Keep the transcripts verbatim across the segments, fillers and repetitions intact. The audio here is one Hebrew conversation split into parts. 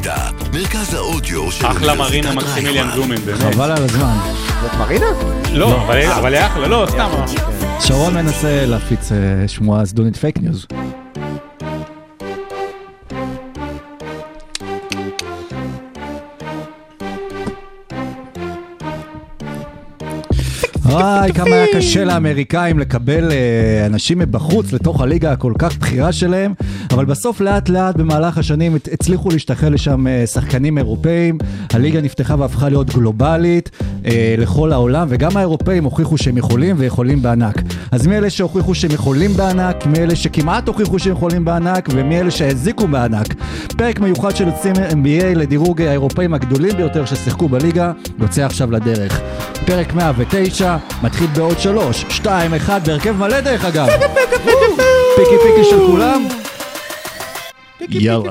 הידע, מרכז האודיו של אחלה מרינה מקסימיליאן גלומן, באמת. חבל על הזמן. זאת מרינה? לא, אבל היא אחלה, לא, סתם. שרון מנסה להפיץ שמועה זדונית פייק ניוז. וואי, כמה היה קשה לאמריקאים לקבל אה, אנשים מבחוץ לתוך הליגה הכל כך בחירה שלהם, אבל בסוף לאט לאט במהלך השנים הצליחו להשתחל לשם אה, שחקנים אירופאים, הליגה נפתחה והפכה להיות גלובלית אה, לכל העולם, וגם האירופאים הוכיחו שהם יכולים ויכולים בענק. אז מי אלה שהוכיחו שהם יכולים בענק, מי אלה שכמעט הוכיחו שהם יכולים בענק, ומי אלה שהזיקו בענק. פרק מיוחד של יוצאים אן בי איי לדירוג האירופאים הגדולים ביותר ששיחקו בליגה, יוצא עכשיו לדרך. פרק מאה ותשע, מתחיל בעוד שלוש, שתיים, אחד, בהרכב מלא דרך אגב. פיקי פיקי של כולם. יאללה.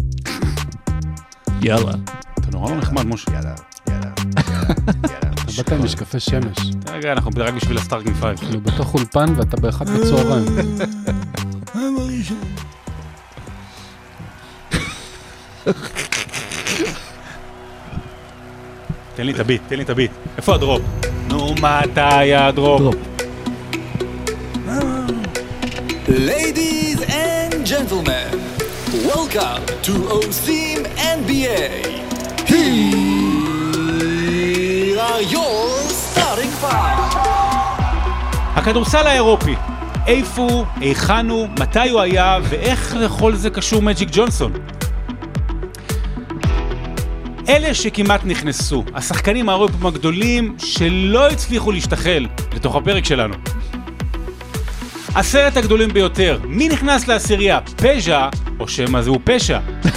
יאללה. אתה נורא לא נחמד, משה. יאללה, יאללה, יאללה. אתה באת עם משקפי שמש. רגע, אנחנו רק בשביל הסטארגינג פייב. כאילו בתוך אולפן ואתה באחד בצהריים. תן לי את הביט, תן לי את הביט. איפה הדרופ? נו, מתי הדרופ? Ladies and gentlemen, welcome to אוסים אן בי איי. Here are your starting five. הכדורסל האירופי. איפה הוא, היכן הוא, מתי הוא היה, ואיך לכל זה קשור מג'יק ג'ונסון? אלה שכמעט נכנסו, השחקנים האירופיים הגדולים שלא הצליחו להשתחל לתוך הפרק שלנו. עשרת הגדולים ביותר, מי נכנס לעשירייה? פז'ה או שמה זהו פשע?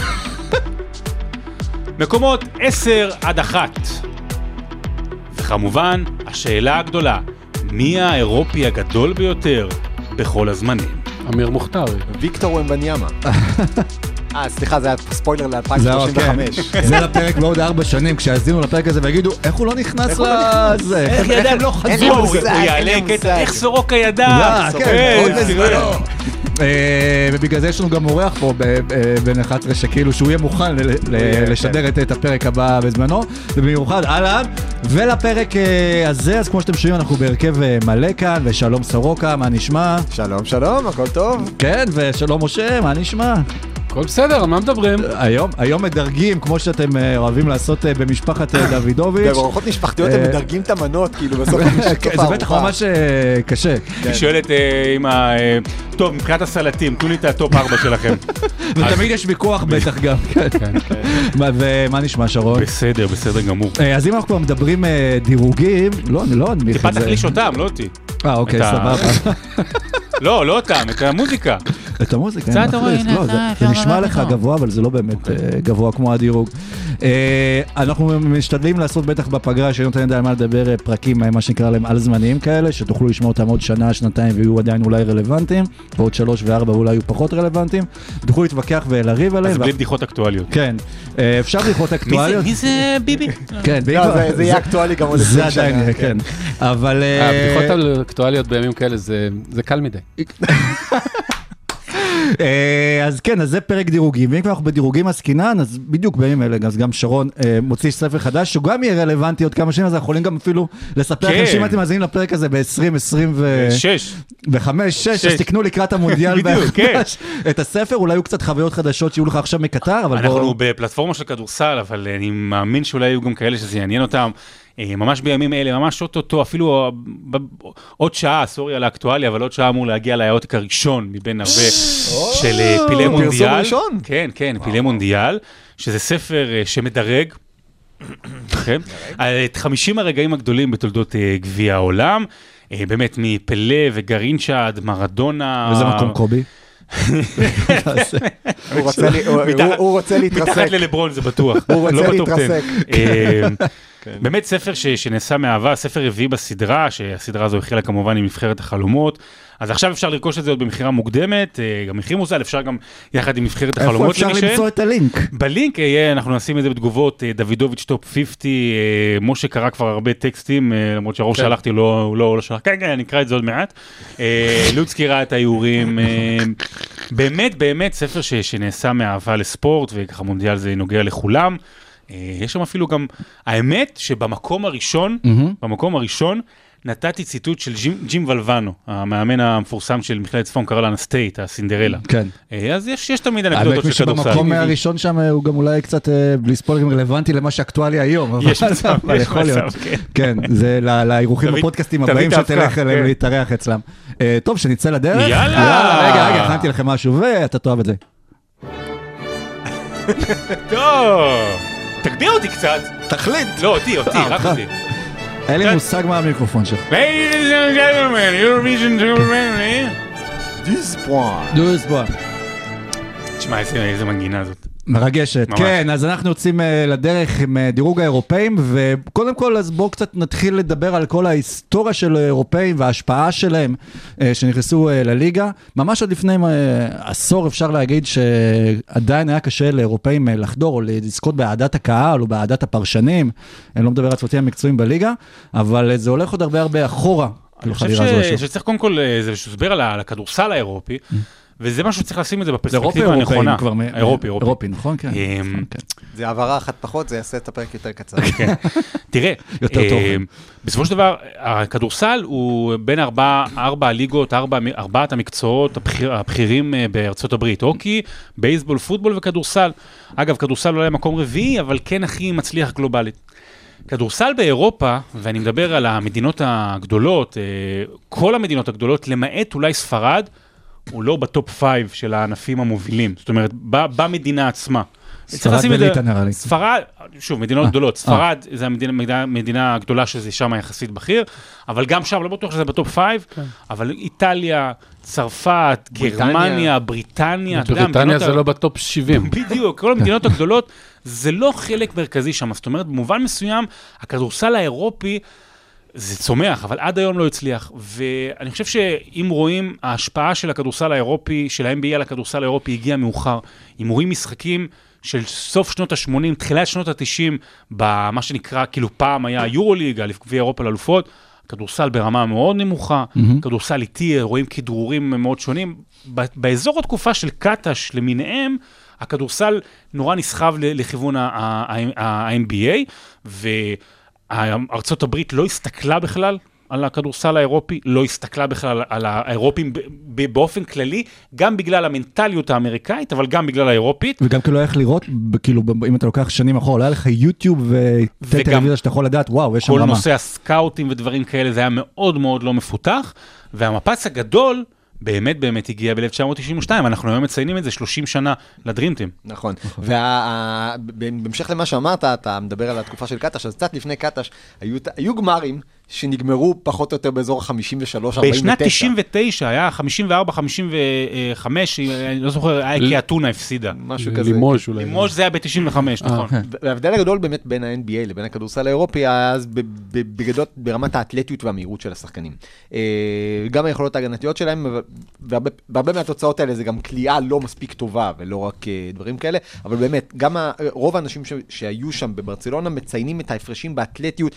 מקומות עשר עד אחת. וכמובן, השאלה הגדולה, מי האירופי הגדול ביותר בכל הזמנים? אמיר מוכתרי. ויקטור ומבניאמה. אה, סליחה, זה היה ספוילר ל-אלפיים שלושים וחמש. זה לפרק בעוד ארבע שנים, כשהזינו לפרק הזה ויגידו, איך הוא לא נכנס לזה? איך ידע, לא חזור, הוא יעלה קטע, איך סורוקה ידע? ובגלל זה יש לנו גם אורח פה בין אחת עשרה שכאילו שהוא יהיה מוכן לשדר את הפרק הבא בזמנו, ובמיוחד אהלן, ולפרק הזה, אז כמו שאתם שומעים, אנחנו בהרכב מלא כאן, ושלום סורוקה, מה נשמע? שלום, שלום, הכל טוב. כן, ושלום משה, מה נשמע? הכל בסדר, על מה מדברים? היום, היום מדרגים, כמו שאתם אוהבים לעשות במשפחת דוידוביץ'. בארוחות משפחתיות הם מדרגים את המנות, כאילו בסוף המשפחה. זה בטח ממש קשה. היא שואלת עם ה... טוב, מבחינת הסלטים, תנו לי את הטופ ארבע שלכם. ותמיד יש ויכוח בטח גם. ומה נשמע, שרון? בסדר, בסדר גמור. אז אם אנחנו כבר מדברים דירוגים, לא, אני לא אנמיך את זה. טיפה תחליש אותם, לא אותי. אה, אוקיי, סבבה. לא, לא אותם, את המוזיקה. את המוזיקה, אני מחליף. זה נשמע לך גבוה, אבל זה לא באמת גבוה כמו הדירוג. אנחנו משתדלים לעשות בטח בפגרה, שאני נותן ידע על מה לדבר פרקים, מה שנקרא להם על זמניים כאלה, שתוכלו לשמוע אותם עוד שנה, שנתיים, ויהיו עדיין אולי רלוונטיים, ועוד שלוש וארבע אולי יהיו פחות רלוונטיים, תוכלו להתווכח ולריב עליהם. אז בלי בדיחות אקטואליות. כן, אפשר בדיחות אקטואליות. מי זה ביבי? כן, זה יהיה אקטואלי גם עוד עשרים שנה. זה עדיין, כן. אבל... הבדיחות האקטואליות בימים כאלה זה קל מדי. אז כן, אז זה פרק דירוגים, ואם אנחנו בדירוגים עסקינן, אז בדיוק בימים אלה, אז גם שרון מוציא ספר חדש, שהוא גם יהיה רלוונטי עוד כמה שנים, אז אנחנו יכולים גם אפילו לספר לכם שאם אתם מאזינים לפרק הזה ב-עשרים עשרים ושש, ב-חמש שש, אז תקנו לקראת המונדיאל את הספר, אולי יהיו קצת חוויות חדשות שיהיו לך עכשיו מקטר, אבל בואו... אנחנו בפלטפורמה של כדורסל, אבל אני מאמין שאולי יהיו גם כאלה שזה יעניין אותם, ממש בימים אלה, ממש אותו, אפילו עוד שעה, סורי על האקטואליה, אבל עוד שעה אמור להגיע להעותק הראשון מבין הרבה של פילי מונדיאל. כן, כן, פילי מונדיאל, שזה ספר שמדרג, את חמישים הרגעים הגדולים בתולדות גביע העולם, באמת מפלה וגרינצ'ה עד מרדונה. וזה מקום קובי? הוא רוצה להתרסק. מתחת ללברון זה בטוח. הוא רוצה להתרסק. באמת ספר שנעשה מאהבה, ספר רביעי בסדרה, שהסדרה הזו החלה כמובן עם נבחרת החלומות, אז עכשיו אפשר לרכוש את זה עוד במחירה מוקדמת, גם מחיר מוזל, אפשר גם יחד עם נבחרת החלומות. איפה אפשר למצוא את הלינק? בלינק יהיה, אנחנו נשים את זה בתגובות, דוידוביץ' טופ חמישים, משה קרא כבר הרבה טקסטים, למרות שהרוב שלחתי לא שלח, כן, כן, אני אקרא את זה עוד מעט. לוצקי ראה את האיורים, באמת, באמת ספר ש, שנעשה מאהבה לספורט, וככה מונדיאל זה נוגע לכולם. יש שם אפילו גם, האמת שבמקום הראשון, במקום הראשון, נתתי ציטוט של ג'ים, ג'ים ולבנו, המאמן המפורסם של מכללת צפון קרוליינה סטייט, הסינדרלה. כן. אז יש, יש תמיד אנקדוטות של כדורסל. במקום הראשון שם הוא גם אולי קצת בלי ספוילרים רלוונטי למה שאקטואלי היום. יש מצב, יש מצב, כן. כן, זה לאירוחים בפודקאסטים הבאים שתלך אליהם להתארח אצלם. טוב, שנצא לדרך. יאללה! רגע, רגע, הכנתי לכם משהו, ואתה תאהב את זה. טוב, תגביר אותי קצת. תחליט. לא, אותי, אותי, רק אותי. אין לי מושג מה המיקרופון שלך. Ladies and gentlemen, Eurovision Superman. דוז פואן. דוז פואן. תשמע, איזה מנגינה זאת. מרגשת, כן, אז אנחנו יוצאים לדרך עם דירוג האירופאים, וקודם כל אז בואו קצת נתחיל לדבר על כל ההיסטוריה של האירופאים וההשפעה שלהם שנכנסו לליגה. ממש עוד לפני עשור אפשר להגיד שעדיין היה קשה לאירופאים לחדור או לזכות באהדת הקהל או באהדת הפרשנים, אני לא מדבר על צוותים המקצועיים בליגה, אבל זה הולך עוד הרבה הרבה אחורה. אני חושב שצריך קודם כל, זה להסבר על הכדורסל האירופי, וזה משהו שצריך לשים את זה בפרספקטיבה הנכונה. אירופי, אירופי, נכון? כן. זה העברה אחת פחות, זה יעשה את הפרק יותר קצר. תראה, בסופו של דבר, הכדורסל הוא בין ארבע הליגות, ארבעת המקצועות הבכירים בארצות הברית. הוקי, בייסבול, פוטבול וכדורסל. אגב, כדורסל לא היה מקום רביעי, אבל כן הכי מצליח גלובלית. כדורסל באירופה, ואני מדבר על המדינות הגדולות, כל המדינות הגדולות, למעט אולי ספרד, הוא לא בטופ פייב של הענפים המובילים, זאת אומרת, במדינה עצמה. ספרד וליטא נראה לי. ספרד, שוב, מדינות גדולות, ספרד זה המדינה הגדולה שזה שם יחסית בכיר, אבל גם שם, לא בטוח שזה בטופ פייב, אבל איטליה, צרפת, גרמניה, בריטניה, בריטניה זה לא בטופ שבעים. בדיוק, כל המדינות הגדולות, זה לא חלק מרכזי שם, זאת אומרת, במובן מסוים, הכדורסל האירופי, זה צומח, אבל עד היום לא הצליח, ואני חושב שאם רואים, ההשפעה של הכדורסל האירופי, של ה-אן בי איי על הכדורסל האירופי, הגיע מאוחר. אם רואים משחקים של סוף שנות ה-שמונים, תחילת שנות ה-תשעים, במה שנקרא, כאילו פעם היה יורוליג, גביע אירופה לאלופות, כדורסל ברמה מאוד נמוכה, mm-hmm. כדורסל איטי, רואים כדרורים מאוד שונים. באזור התקופה של קטש למיניהם, הכדורסל נורא נסחב לכיוון ה-אן בי איי, ו... ארצות הברית לא הסתכלה בכלל על הכדורסל האירופי, לא הסתכלה בכלל על האירופים באופן כללי, גם בגלל המנטליות האמריקאית, אבל גם בגלל האירופית. וגם כאילו איך לראות, כאילו אם אתה לוקח שנים אחורה, היה לך יוטיוב וטלוויזיה שאתה יכול לדעת, וואו, יש שם רמה. כל נושא הסקאוטים ודברים כאלה, זה היה מאוד מאוד לא מפותח, והמפץ הגדול, באמת באמת הגיע ב-אלף תשע מאות תשעים ושתיים, אנחנו היום מציינים את זה שלושים שנה לדרימטים. נכון, ובהמשך למה שאמרת, אתה מדבר על התקופה של קטש, אז קצת לפני קטש, היו גמרים שנגמרו פחות או יותר באזור חמישים ושלוש ארבעים ותשע. בשנת תשעים ותשע, היה חמישים וארבע חמישים וחמש, אני לא זוכר, היה כי אתונה הפסידה. משהו כזה. לימוש אולי. לימוש זה היה ב-תשעים וחמש, נכון. וההבדל הגדול באמת בין ה-אן בי איי לבין הכדורסל האירופי, אז בגדול ברמת האתלטיות והמהירות של השחקנים. גם היכולות ההגנתיות שלהם, והרבה מהתוצאות האלה זה גם כליאה לא מספיק טובה, ולא רק דברים כאלה, אבל באמת, גם רוב האנשים שהיו שם בברצלונה מציינים את ההפרשים באתלטיות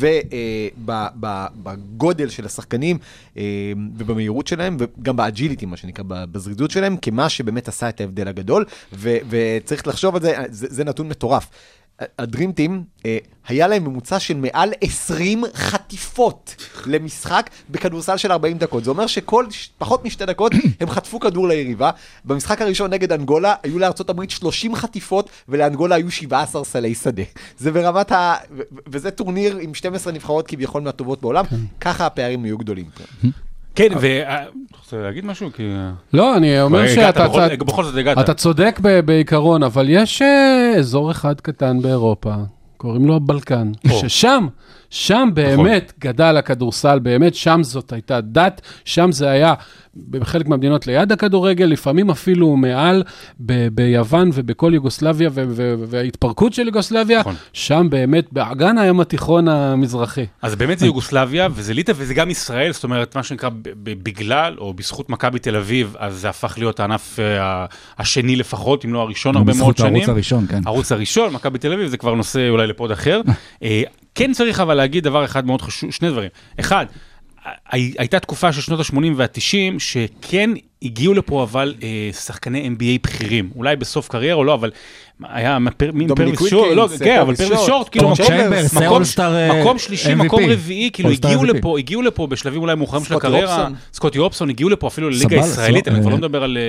ובגודל של השחקנים, ובמהירות שלהם, וגם באג'יליטי, מה שנקרא, בזריזות שלהם, כמה שבאמת עשה את ההבדל הגדול, וצריך לחשוב על זה, זה נתון מטורף. הדרימטים, היה להם ממוצע של מעל עשרים חטיפות למשחק בכדורסל של ארבעים דקות. זה אומר שכל פחות משתי דקות הם חטפו כדור ליריבה. במשחק הראשון נגד אנגולה היו לארצות הברית שלושים חטיפות, ולאנגולה היו שבעה עשר סלי שדה. זה ברמת ה... וזה טורניר עם שתים עשרה נבחרות כביכול מהטובות בעולם. ככה הפערים היו גדולים. כן, ואתה רוצה להגיד משהו? לא, אני אומר שאתה בכל זאת הגעת. אתה צודק בעיקרון, אבל יש אזור אחד קטן באירופה, קוראים לו הבלקן, ששם, שם באמת גדל הכדורסל, באמת שם זאת הייתה דת, שם זה היה בחלק מהמדינות ליד הכדורגל, לפעמים אפילו מעל ביוון ובכל יוגוסלביה וההתפרקות של יוגוסלביה, שם באמת באגן הים התיכון המזרחי. אז באמת זה יוגוסלביה וזה ליטא וזה גם ישראל, זאת אומרת מה שנקרא בגלל או בזכות מכבי תל אביב, אז זה הפך להיות הענף השני לפחות, אם לא הראשון הרבה מאוד שנים. הערוץ הראשון, כן. הערוץ הראשון, מכבי תל אביב, זה כבר נושא אולי לפוד אחר. כן צריך אבל להגיד דבר אחד מאוד חשוב, שני דברים. אחד, הייתה תקופה של שנות ה-שמונים וה-תשעים, שכן הגיעו לפה אבל שחקני אן בי איי בכירים, אולי בסוף קריירה או לא, אבל היה דומיניק ווילקינס, כן, אבל פרוויס שורט, כאילו מקום שלישי, מקום רביעי, כאילו הגיעו לפה, הגיעו לפה בשלבים אולי מאוחרים של הקריירה, סקוטי אופסון, הגיעו לפה אפילו לליגה הישראלית, אני כבר לא מדבר על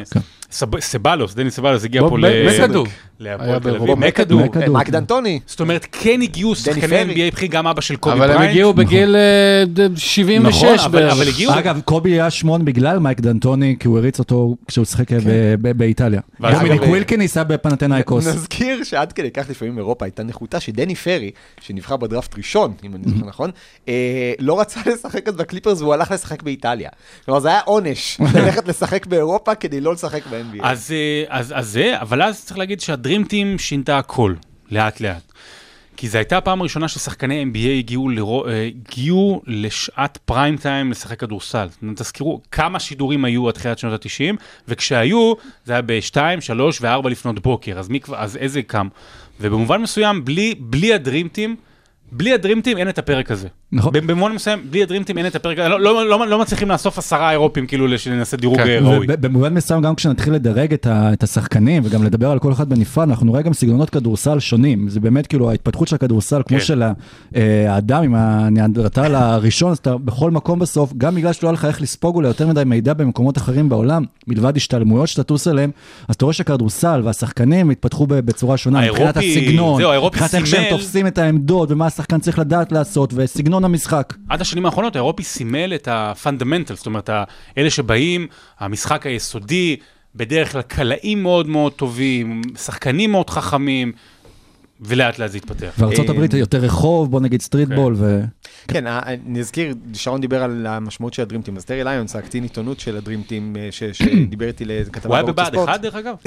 סבלוס, דני סבלוס הגיע פה להפועל תל אביב, מקדו, מייק דנטוני. זאת אומרת, כן הגיעו שחקני אן בי איי בכירים, גם אבא של קובי אבל בריינט. הם הגיעו בגיל שבעים ושש בערך. אגב, קובי היה שמון בגלל מייק דנטוני, כי הוא הריץ אותו כשהוא שחק באיטליה. דומיניק ווילקינס היה בפנתנאיקוס. נזכיר שעד כדי כך לפעמים אירופה הייתה נחותה, שדני פרי, שנבחר בדראפט ראשון, אם אני זוכר נכון, לא רצה לשחק אז בקליפרס, והוא הלך לשחק באיטליה. כלומר, זה היה עונש, ללכת לשחק באירופה כדי לא לשחק ב-אן בי איי. אז, אז, אז זה, אבל אז צריך להגיד שהדרים טים שינתה הכל, לאט לאט. כי זו הייתה הפעם הראשונה ששחקני אן בי איי הגיעו, לרוא, הגיעו לשעת פריים טיים לשחק כדורסל. תזכירו כמה שידורים היו עד תחילת שנות ה-תשעים, וכשהיו, זה היה ב-שתיים, שלוש ו-ארבע לפנות בוקר, אז, מי, אז איזה קם. ובמובן מסוים, בלי, בלי הדרים טים, בלי הדרים טים אין את הפרק הזה. נכון. במובן מסוים, בלי הדרים טים אין את הפרק הזה. לא, לא, לא, לא מצליחים לאסוף עשרה אירופים, כאילו, שננסה דירוג ראוי. במובן מסוים, גם כשנתחיל לדרג את, ה, את השחקנים, וגם לדבר על כל אחד בנפרד, אנחנו נראה גם סגנונות כדורסל שונים. זה באמת, כאילו, ההתפתחות של הכדורסל, כמו של האדם עם הניאנדרטל הראשון, אז אתה בכל מקום בסוף, גם בגלל שלא היה לך איך לספוג אולי יותר מדי מידע במקומות אחרים בעולם, מלבד השתלמויות שתטוס אליהם, אז אתה רואה שהכדורסל והשחקנים התפתחו בצורה שונה, מבחינת הסגנון, מבחינת איך שהם תופסים את העמדות, ומה השחקן צריך לדעת לעשות, וסגנון המשחק. עד השנים האחרונות, האירופי סימל את הפונדמנטל, זאת אומרת, אלה שבאים, המשחק היסודי, בדרך כלל קלעים מאוד מאוד טובים, שחקנים מאוד חכמים, ולאט לאט זה התפתח. וארצות הברית יותר רחוב, בוא נגיד סטריטבול ו... כן, נזכיר, שרון דיבר על המשמעות של הדרימטים, אז טרי ליונס, הקצין עיתונות של הדרימטים, שדיבר איתי לכתבה הוא היה בבעד אחד, דרך אגב?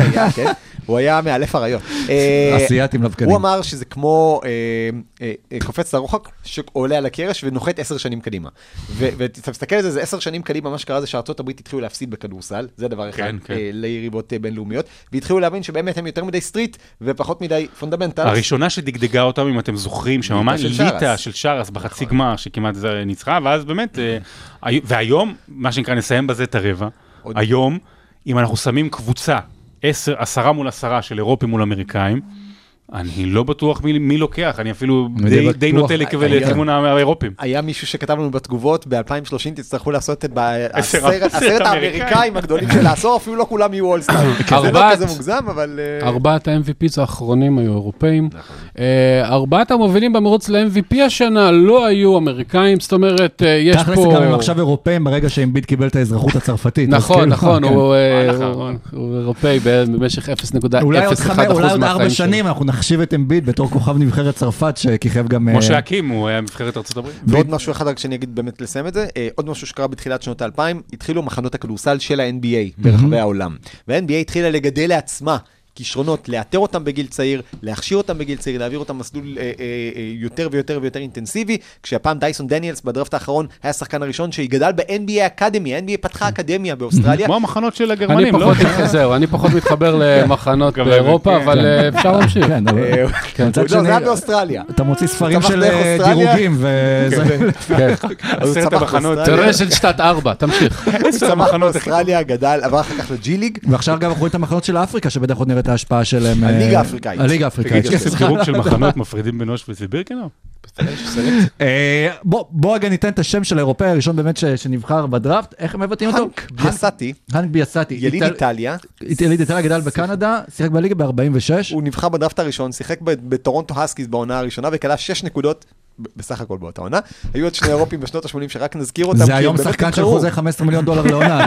הוא היה מאלף הרעיות. אסייתים לבקנים. הוא אמר שזה כמו קופץ לרוחק, שעולה על הקרש ונוחת עשר שנים קדימה. ואתה מסתכל על זה, זה עשר שנים קדימה, מה שקרה זה שארצות הברית התחילו להפסיד בכדורסל, זה דבר אחד, ליריבות בינלאומיות, והתחילו להבין שבאמת הם יותר מדי סטריט ופחות מדי פונדמנטל. הראשונה שדגדגה אותם, אם אתם זוכרים, שממש ליטה של שרס בחצי גמר, שכמעט זה ניצחה, ואז באמת, והיום, מה שנקרא, נסיים בזה את הרבע, היום, אם אנחנו שמים קבוצה, עשרה מול עשרה של אירופים מול אמריקאים, אני לא בטוח מי, מי לוקח, אני אפילו די, די נוטה לקבל לכיוון האירופים. היה מישהו שכתב לנו בתגובות, ב-אלפיים ושלושים תצטרכו לעשות את עשרת האמריקאים הגדולים של העשור, אפילו לא כולם יהיו אולסטאר. זה לא כזה מוגזם, אבל... ארבעת ה-אם וי פי's האחרונים היו אירופאים. ארבעת המובילים במרוץ ל-אם וי פי השנה לא היו אמריקאים, זאת אומרת, יש פה... תכלס גם הם עכשיו אירופאים ברגע שאמביט קיבל את האזרחות הצרפתית. נכון, נכון, הוא אירופאי במשך אפס נקודה אפס אחת אחוז מהחיים שלו. נחשיב את אמביט בתור כוכב נבחרת צרפת שכיכב גם... כמו שהקים, הוא היה נבחרת ארצות הברית. ועוד משהו אחד רק שאני אגיד באמת לסיים את זה, עוד משהו שקרה בתחילת שנות האלפיים, התחילו מחנות הכדורסל של ה-אן בי איי ברחבי העולם. וה-אן בי איי התחילה לגדל לעצמה כישרונות, לאתר אותם בגיל צעיר, להכשיר אותם בגיל צעיר, להעביר אותם מסלול אה, אה, אה, יותר ויותר ויותר אינטנסיבי, כשהפעם דייסון דניאלס בדראפט האחרון היה השחקן הראשון שגדל ב-אן בי איי אקדמי, ה-אן בי איי פתחה אקדמיה באוסטרליה. כמו המחנות של הגרמנים, לא? זהו, אני פחות מתחבר למחנות באירופה, אבל אפשר להמשיך. זה היה באוסטרליה. אתה מוציא ספרים של דירוגים וזה... עשרת המחנות. תראה של שתת ארבע, תמשיך. צמח באוסטרליה, גדל, עבר אחר כך לג'י ליג. ועכשיו גם אנחנו את המחנות של אפריקה, שבדרך כלל נראה את ההשפעה שלהם. הליגה האפריקאית. הליגה האפריקאית. יש כסף דירוג של מחנות מפרידים בין אושוויץ ובירקנאו? בוא רגע ניתן את השם של האירופאי הראשון באמת שנבחר בדראפט. איך הם מבטאים אותו? הנק ביאסטי. הנק ביאסטי. יליד איטליה. יליד איטליה, גדל בקנדה, שיחק בליגה ב-ארבעים ושש. הוא נבחר בדראפט הראשון, שיחק בטורונטו הסקיז בעונה הראשונה וכלה שש נקודות בסך הכל באותה עונה. היו עוד שני אירופים בשנות ה-שמונים שרק נזכיר אותם. זה היום שחקן של חוזה חמישה עשר מיליון דולר לעונה.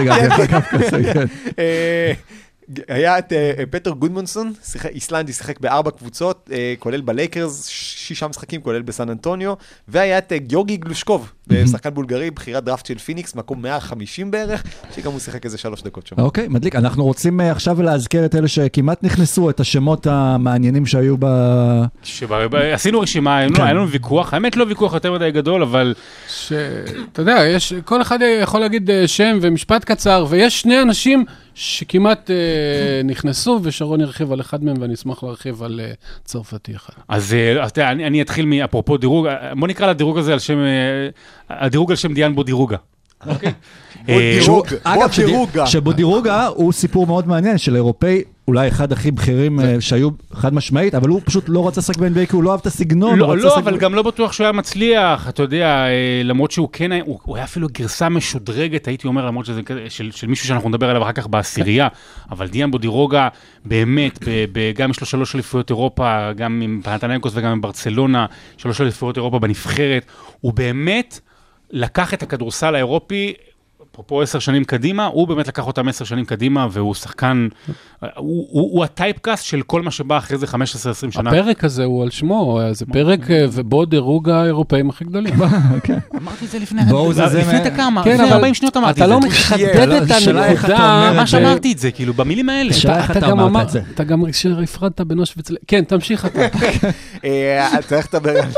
היה את פטר גודמונסון, איסלנדי, שיחק בארבע קבוצות, כולל בלייקרס, שישה משחקים, כולל בסן אנטוניו, והיה את גיורגי גלושקוב, שחקן בולגרי, בחירת דראפט של פיניקס, מקום מאה וחמישים בערך, שגם הוא שיחק איזה שלוש דקות שם. אוקיי, מדליק. אנחנו רוצים עכשיו להזכיר את אלה שכמעט נכנסו, את השמות המעניינים שהיו ב... עשינו רשימה, היה לנו ויכוח, האמת לא ויכוח יותר מדי גדול, אבל... אתה יודע, כל אחד יכול להגיד שם ומשפט קצר, ויש שני אנשים שכמעט נכנסו, ושרון ירחיב על אחד מהם, ואני אשמח להרחיב על צרפתי אחד. אז אני אתחיל מאפרופו דירוג, בוא נקרא לדירוג הזה על שם, הדירוג על שם דיאן בודירוגה. אוקיי? אגב, שבודירוגה הוא סיפור מאוד מעניין של אירופאי, אולי אחד הכי בכירים שהיו חד משמעית, אבל הוא פשוט לא רצה לשחק ב-אן בי איי כי הוא לא אהב את הסגנון. לא, לא, אבל גם לא בטוח שהוא היה מצליח, אתה יודע, למרות שהוא כן, הוא היה אפילו גרסה משודרגת, הייתי אומר, למרות שזה של מישהו שאנחנו נדבר עליו אחר כך בעשירייה, אבל דיאן בודירוגה, באמת, גם יש לו שלוש אליפויות אירופה, גם עם פנתנייקוס וגם עם ברצלונה, שלוש אליפויות אירופה בנבחרת, הוא באמת לקח את הכדורסל האירופי, אפרופו עשר שנים קדימה, הוא באמת לקח אותם עשר שנים קדימה, והוא שחקן, הוא, הוא, הוא הטייפקאסט של כל מה שבא אחרי זה חמש עשרה עשרים שנה. הפרק הזה הוא על שמו, זה פרק ובו דירוג האירופאים הכי גדולים. אמרתי את זה לפני, לפני דקה, לפני ארבעים שניות אמרתי את זה. אתה לא מחדד את הנקודה, מה שאמרתי את זה, כאילו, במילים האלה. אתה אמרת את זה. אתה גם הפרדת בנוש וצל... כן, תמשיך אתה. צריך לדבר על...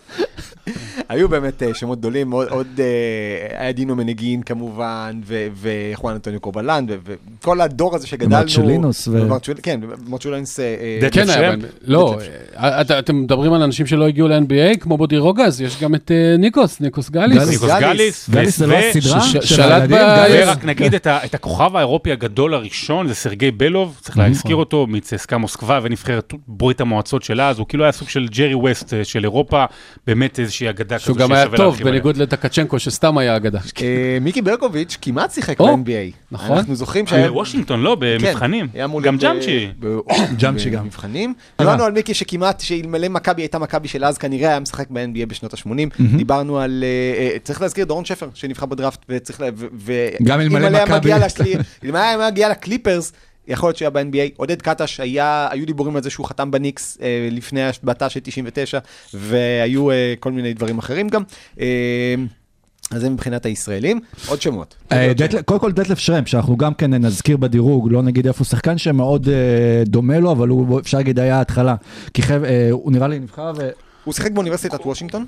היו באמת שמות גדולים, עוד היה דינו מנגין כמובן, וחואן אנטוניו קורבלן, וכל הדור הזה שגדלנו. מרצ'לינוס. כן, מרצ'לינוס. כן, לא, אתם מדברים על אנשים שלא הגיעו ל-אן בי איי, כמו בודירוגה, אז יש גם את ניקוס, ניקוס גליס. ניקוס גליס. גליס זה לא הסדרה של הילדים. ורק נגיד את הכוכב האירופי הגדול הראשון, זה סרגי בלוב, צריך להזכיר אותו, מצסקה מוסקבה ונבחרת ברית המועצות שלה, אז הוא כאילו היה סוג של ג'רי ווסט של אירופה, באמת איזושהי אגדה שהוא גם היה טוב, בניגוד לטקצ'נקו, שסתם היה אגדה. מיקי ברקוביץ' כמעט שיחק ב-אן בי איי. נכון. אנחנו זוכרים שהיה... וושינגטון, לא, במבחנים. גם ג'אמצ'י. ג'אמצ'י גם. במבחנים. דיברנו על מיקי שכמעט, שאלמלא מכבי הייתה מכבי של אז, כנראה היה משחק ב-אן בי איי בשנות ה-שמונים. דיברנו על... צריך להזכיר דורון שפר, שנבחר בדראפט, וצריך... גם אלמלא מכבי. אלמלא היה מגיע לקליפרס, יכול להיות שהיה ב-אן בי איי, עודד קטש, היו דיבורים על זה שהוא חתם בניקס אה, לפני השבעתה של תשעים ותשע, והיו אה, כל מיני דברים אחרים גם. אה, אז זה מבחינת הישראלים. עוד שמות. אה, דטל, קודם כל דטלף שרמפ, שאנחנו גם כן נזכיר בדירוג, לא נגיד איפה שחקן שמאוד אה, דומה לו, אבל הוא אפשר להגיד היה ההתחלה. כי חייב, אה, הוא נראה לי נבחר ו... הוא שיחק באוניברסיטת וושינגטון?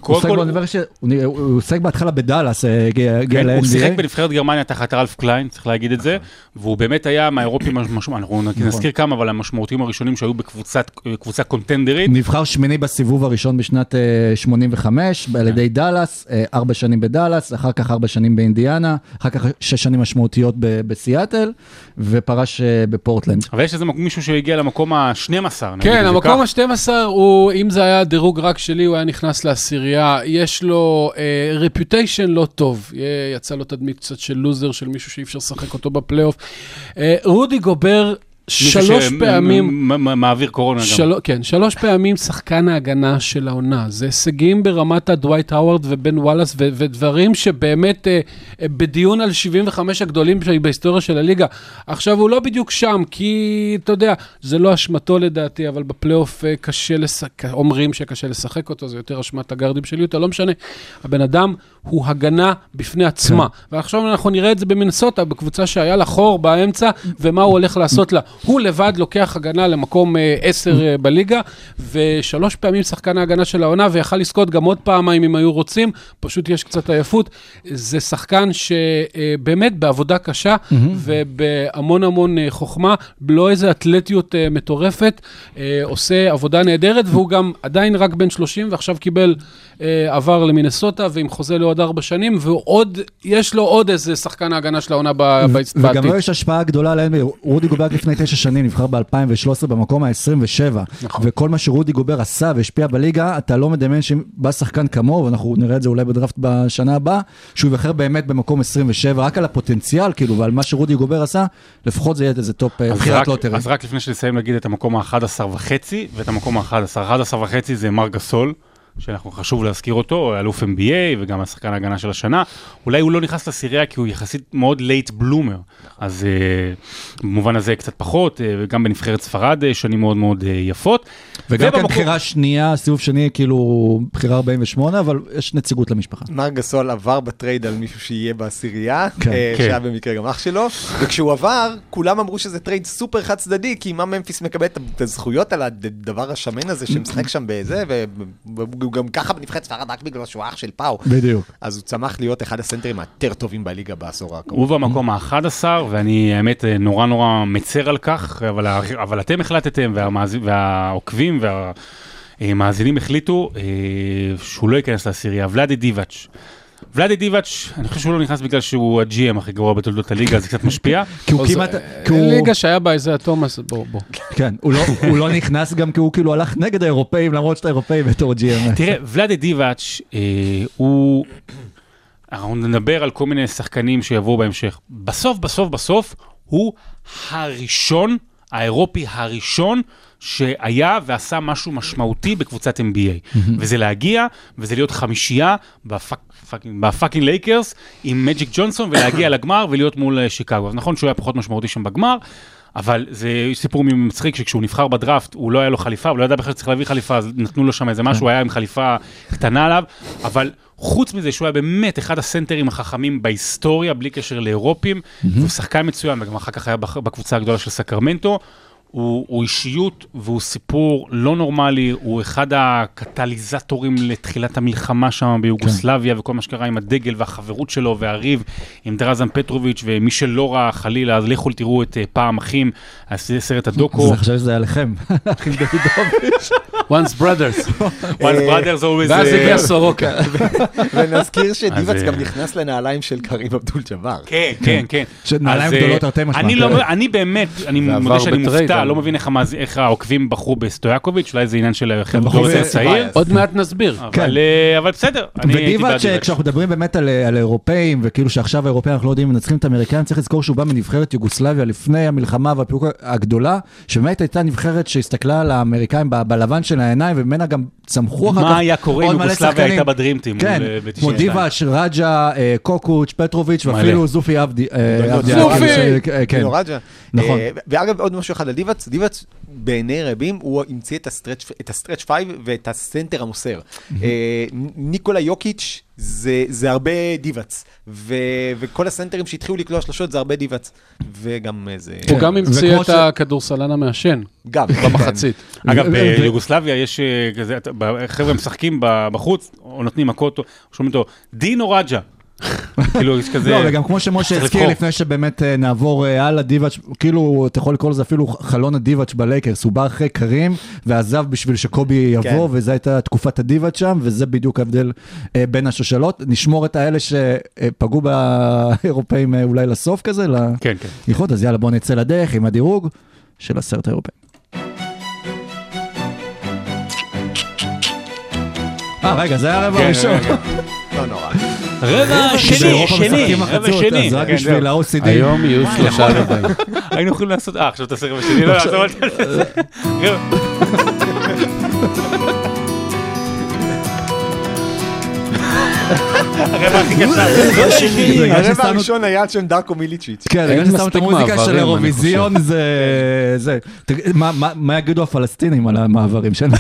הוא שיחק בהתחלה בדאלאס, הגיע ל-אן בי איי. הוא שיחק בנבחרת גרמניה תחת רלף קליין, צריך להגיד את זה, והוא באמת היה מהאירופים, אנחנו נזכיר כמה, אבל המשמעותיים הראשונים שהיו בקבוצה קונטנדרית. נבחר שמיני בסיבוב הראשון בשנת שמונים וחמש, על ידי דאלאס, ארבע שנים בדאלאס, אחר כך ארבע שנים באינדיאנה, אחר כך שש שנים משמעותיות בסיאטל, ופרש בפורטלנד. אבל יש איזה מישהו שהגיע למקום ה-שנים עשר. כן, המקום ה-שנים עשר הוא, אם זה היה דירוג רק שלי, הוא היה נכנס לעשירייה, יש לו רפיוטיישן uh, לא טוב, יצא לו תדמית קצת של לוזר, של מישהו שאי אפשר לשחק אותו בפלייאוף. Uh, רודי גובר, שלוש פעמים... מעביר קורונה של... גם. כן, שלוש פעמים שחקן ההגנה של העונה. זה הישגים ברמת הדווייט האוורד ובן וואלאס, ו- ודברים שבאמת uh, בדיון על שבעים וחמש הגדולים בהיסטוריה של הליגה. עכשיו הוא לא בדיוק שם, כי אתה יודע, זה לא אשמתו לדעתי, אבל בפלייאוף uh, קשה לשחק, אומרים שקשה לשחק אותו, זה יותר אשמת הגרדים שלי, אתה לא משנה. הבן אדם הוא הגנה בפני עצמה. כן. ועכשיו אנחנו נראה את זה במינסוטה, בקבוצה שהיה לה חור באמצע, ומה הוא הולך לעשות לה. הוא לבד לוקח הגנה למקום עשר בליגה, ושלוש פעמים שחקן ההגנה של העונה, ויכל לזכות גם עוד פעמיים אם היו רוצים, פשוט יש קצת עייפות. זה שחקן שבאמת בעבודה קשה, ובהמון המון חוכמה, לא איזה אתלטיות מטורפת, עושה עבודה נהדרת, והוא גם עדיין רק בן שלושים, ועכשיו קיבל עבר למינסוטה, ועם חוזה לעוד ארבע שנים, ועוד, יש לו עוד איזה שחקן ההגנה של העונה בעתיד. וגם לא יש השפעה גדולה ל-אן בי איי. רודי גובר לפני תשע שנים, נבחר ב-אלפיים ושלוש עשרה במקום ה-עשרים ושבע, וכל מה שרודי גובר עשה והשפיע בליגה, אתה לא מדמיין שבא שחקן כמוהו, ואנחנו נראה את זה אולי בדראפט בשנה הבאה, שהוא יבחר באמת במקום עשרים ושבע, רק על הפוטנציאל, כאילו, ועל מה שרודי גובר עשה, לפחות זה יהיה איזה טופ בחירת לוטרי. אז רק לפני שנסיים להגיד את המקום ה-אחד עשר וחצי, ואת המקום ה-אחד עשר. אחד עשר וחצי זה מר גסול, שאנחנו חשוב להזכיר אותו, אלוף אן בי איי וגם השחקן ההגנה של השנה. אולי הוא לא נכנס לסירייה כי הוא יחסית מאוד לייט בלומר, אז uh, במובן הזה קצת פחות, וגם uh, בנבחרת ספרד uh, שנים מאוד מאוד uh, יפות. וגם כן בחירה שנייה, סיבוב שני, כאילו בחירה ארבעים ושמונה, אבל יש נציגות למשפחה. מר גסול עבר בטרייד על מישהו שיהיה בסירייה, כן. uh, כן. שהיה במקרה גם אח שלו, וכשהוא עבר, כולם אמרו שזה טרייד סופר חד צדדי, כי מה ממפיס מקבל את הזכויות על הדבר השמן הזה שמשחק שם בזה, ו... והוא גם ככה בנבחרת ספרד רק בגלל שהוא אח של פאו. בדיוק. אז הוא צמח להיות אחד הסנטרים היותר טובים בליגה בעשור הקרוב. הוא במקום ה-אחד עשר, ואני האמת נורא נורא מצר על כך, אבל, אבל אתם החלטתם, והמאזין, והעוקבים והמאזינים החליטו שהוא לא ייכנס לעשירייה. ולאדי דיבאץ'. ולאדי דיבאץ', אני חושב שהוא לא נכנס בגלל שהוא הג'י אם הכי גרוע בתולדות הליגה, זה קצת משפיע. כי הוא כמעט... ליגה שהיה בה איזה התומאס, בוא, בוא. כן, הוא לא נכנס גם כי הוא כאילו הלך נגד האירופאים, למרות שאתה אירופאי בתור ג'י אם. תראה, ולאדי דיבאץ' הוא... אנחנו נדבר על כל מיני שחקנים שיבואו בהמשך. בסוף, בסוף, בסוף, הוא הראשון, האירופי הראשון, שהיה ועשה משהו משמעותי בקבוצת אן בי איי. וזה להגיע, וזה להיות חמישייה בפאקינג לייקרס, עם מג'יק ג'ונסון, ולהגיע לגמר ולהיות מול שיקגו. אז נכון שהוא היה פחות משמעותי שם בגמר, אבל זה סיפור מצחיק שכשהוא נבחר בדראפט, הוא לא היה לו חליפה, הוא לא ידע בכלל שצריך להביא חליפה, אז נתנו לו שם איזה משהו, הוא היה עם חליפה קטנה עליו, אבל חוץ מזה שהוא היה באמת אחד הסנטרים החכמים בהיסטוריה, בלי קשר לאירופים, והוא שחקן מצוין, וגם אחר כך היה בקבוצה הגדולה של סקרמנטו, הוא, הוא אישיות והוא סיפור לא נורמלי, הוא אחד הקטליזטורים לתחילת המלחמה שם ביוגוסלביה, כן. וכל מה שקרה עם הדגל והחברות שלו והריב עם דרזן פטרוביץ', ומי שלא ראה חלילה, אז לכו תראו את פעם אחים, סרט הדוקו. זה חושב שזה היה לכם, אחים דוידוביץ'. Once brothers. Once brothers always... ואז הגיע סורוקה. ונזכיר שדיבאץ' גם נכנס לנעליים של קרים אבדול ג'אבר. כן, כן, כן. שנעליים גדולות הרבה משמעותיות. אני באמת, אני מודה שאני מופתע, לא מבין איך העוקבים בחרו בסטויאקוביץ', אולי זה עניין של חבר'ה יותר צעיר. עוד מעט נסביר. אבל בסדר. ודיבאץ' כשאנחנו מדברים באמת על אירופאים, וכאילו שעכשיו האירופאים אנחנו לא יודעים אם מנצחים את האמריקאים, צריך לזכור שהוא בא מנבחרת יוגוסלביה לפני המלחמה והפירוק הגדולה, שבאמת הייתה נבחרת שהסתכלה על האמריקאים בלבן של העיניים, וממנה גם צמחו אחר כך. מה היה קורה אם יוגוסלביה הייתה בדרימטים? כן, כמו דיבאץ', רג'ה, קוקוץ', פטרוביץ', ואפילו זופי עבדי. זופי! כן. נכון. ואגב, עוד משהו אחד על דיבאץ', דיבאץ' בעיני רבים, הוא המציא את הסטרץ' פייב ואת הסנטר המוסר. ניקולה יוקיץ' זה הרבה דיבאץ', וכל הסנטרים שהתחילו לקלוע שלושות זה הרבה דיבאץ', וגם זה... הוא גם המציא את הכדורסלן המעשן. גם. במחצית. אגב, ביוגוסלביה יש כזה, חבר'ה משחקים בחוץ, או נותנים מכות, שומעים אותו, דינו רג'ה. כאילו יש כזה... לא, וגם כמו שמשה הזכיר לפני שבאמת נעבור הלאה, דיבאץ', כאילו אתה יכול לקרוא לזה אפילו חלון הדיבאץ' בלייקרס, הוא בא אחרי קרים ועזב בשביל שקובי יבוא, וזו הייתה תקופת הדיבאץ' שם, וזה בדיוק ההבדל בין השושלות. נשמור את האלה שפגעו באירופאים אולי לסוף כזה, כן, כן. נכון, אז יאללה בוא נצא לדרך עם הדירוג של עשרת האירופאים. אה, רגע, זה היה הרבע הראשון. לא נורא. רבע שני, שני, רבע שני. אז רק בשביל ה-או סי די. היום יהיו שלושה רבעים. היינו יכולים לעשות, אה, עכשיו תעשה רבע שני, לא, לא, הרבע הכי קצר. הרבע הראשון היה שם דארקו מיליצ'יץ'. כן, רגע ששמו את המוזיקה של אירוויזיון, זה... מה יגידו הפלסטינים על המעברים שלנו?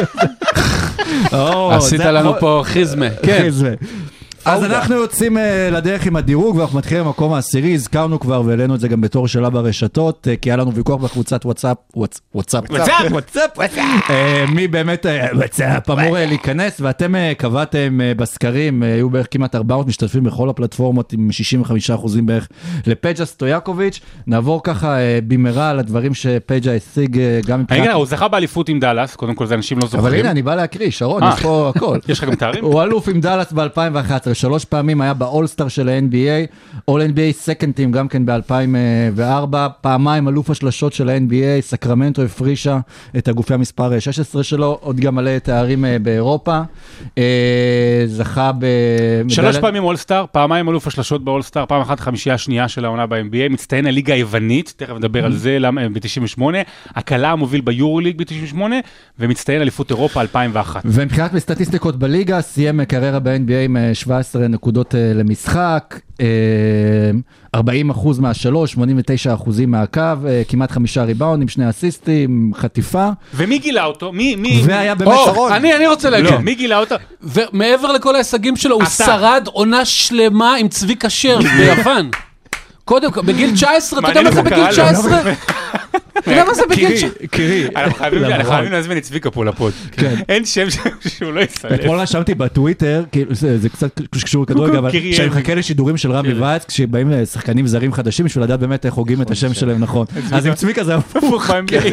עשית לנו פה חיזמה. כן. אז אנחנו יוצאים לדרך עם הדירוג, ואנחנו מתחילים במקום העשירי, הזכרנו כבר והעלינו את זה גם בתור שלה ברשתות, כי היה לנו ויכוח בקבוצת וואטסאפ, וואטסאפ, וואטסאפ, מי באמת וואטסאפ אמור להיכנס, ואתם קבעתם בסקרים, היו בערך כמעט ארבע מאות משתתפים בכל הפלטפורמות, עם שישים וחמישה אחוזים בערך לפג'ה סטויאקוביץ'. נעבור ככה במהרה על הדברים שפג'ה השיג גם מבחינת... הוא זכה באליפות עם דלס, קודם כל זה אנשים לא זוכרים. אבל הנה, אני בא להקריא, שרון, יש פה הכל. יש לך גם תארים? הוא אלוף עם דלס ב-אלפיים ואחת עשרה, שלוש פעמים היה באול-סטאר של ה-אן בי איי, All-אן בי איי Second Team גם כן ב-אלפיים וארבע, פעמיים אלוף השלשות של ה-אן בי איי, סקרמנטו הפרישה את הגופי המספר שש עשרה שלו, עוד גם מלא תארים באירופה, זכה ב... שלוש פעמים אול-סטאר, פעמיים אלוף השלשות באול-סטאר, פעם אחת חמישייה שנייה של העונה ב-אן בי איי, מצטיין הליגה היוונית, תכף נדבר על זה, ב-תשעים ושמונה, הקלה המוביל ביורוליג ב-תשעים ושמונה, ומצטיין אליפות אירופה אלפיים ואחת. ומבחינת בסטטיסטיקות בליגה, סיים קריירה ב-אן בי איי עם שבע עשרה נקודות למשחק, ארבעים אחוז מהשלוש, שמונים ותשעה אחוזים מהקו, כמעט חמישה ריבאונדים, שני אסיסטים, חטיפה. ומי גילה אותו? מי, מי? והיה באמת שרון. אני, אני רוצה להגיד. לא, מי גילה אותו? ומעבר לכל ההישגים שלו, הוא שרד עונה שלמה עם צבי כשר ביוון. קודם כל, בגיל תשע עשרה, אתה יודע מה זה בגיל תשע עשרה? אתה יודע מה זה בגיל ש... קירי. אנחנו חייבים להזמין את צביקה פה לפוד. אין שם שהוא לא יסלף. אתמול רשמתי בטוויטר, זה קצת קשור לכדורגל, אבל שאני מחכה לשידורים של רמי וייץ, כשבאים שחקנים זרים חדשים, בשביל לדעת באמת איך הוגים את השם שלהם נכון. אז עם צביקה זה הפוך.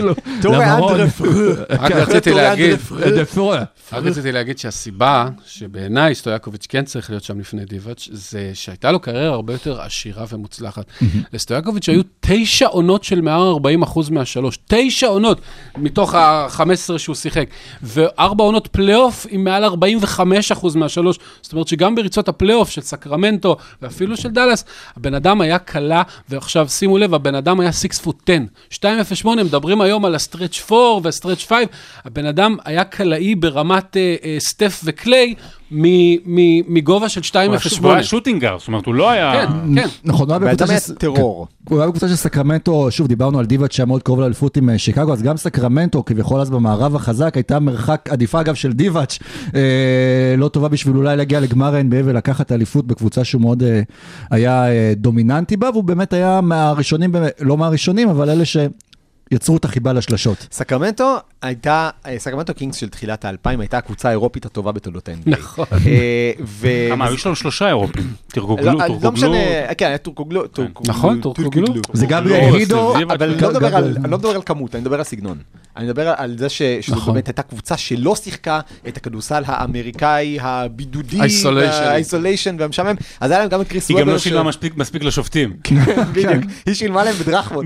רק רציתי להגיד, רק רציתי להגיד שהסיבה שבעיניי סטויאקוביץ' כן צריך להיות שם לפני דיבאץ', זה שהייתה לו קריירה הרבה יותר עשירה ומוצלחת. לסטויאקוביץ' היו תשע עונות של מעל ארבעים אחוז מהשלוש, תשע עונות מתוך ה-חמש עשרה שהוא שיחק, וארבע עונות פלייאוף עם מעל ארבעים וחמישה אחוז מהשלוש, זאת אומרת שגם בריצות הפלייאוף של סקרמנטו ואפילו של דלס, הבן אדם היה קלה, ועכשיו שימו לב, הבן אדם היה שש פוט עשר, שתיים אפס שמונה, מדברים היום על הסטרץ' ארבע והסטרץ' חמש, הבן אדם היה קלעי ברמת uh, uh, סטף וקליי, מגובה של שתיים אפס שמונה. הוא היה שוטינגר, זאת אומרת, הוא לא היה... כן, כן. נכון, הוא היה בקבוצה טרור. הוא היה בקבוצה של סקרמנטו, שוב, דיברנו על דיבאץ' שהיה מאוד קרוב לאליפות עם שיקגו, אז גם סקרמנטו, כביכול אז במערב החזק, הייתה מרחק עדיפה, אגב, של דיבאץ', לא טובה בשביל אולי להגיע לגמר ה-אן בי איי ולקחת אליפות בקבוצה שהוא מאוד היה דומיננטי בה, והוא באמת היה מהראשונים, לא מהראשונים, אבל אלה ש... יצרו את החיבה לשלשות. סקרמנטו הייתה, סקרמנטו קינגס של תחילת האלפיים, הייתה הקבוצה האירופית הטובה בתולדות ה-אן בי איי. נכון. כמה, היו שלנו שלושה אירופים. תורגוגלו, תורגוגלו. לא משנה, כן, היה תורגוגלו. נכון, תורגוגלו. זה גבריאל הידו, אבל אני לא מדבר על כמות, אני מדבר על סגנון. אני מדבר על זה שזו באמת הייתה קבוצה שלא שיחקה את הכדורסל האמריקאי, הבידודי, האיסוליישן והמשמם. אז היה להם גם את קריס וובר. היא גם לא שילמה מספיק לשופטים. בדיוק. היא שילמה להם בדרחמות.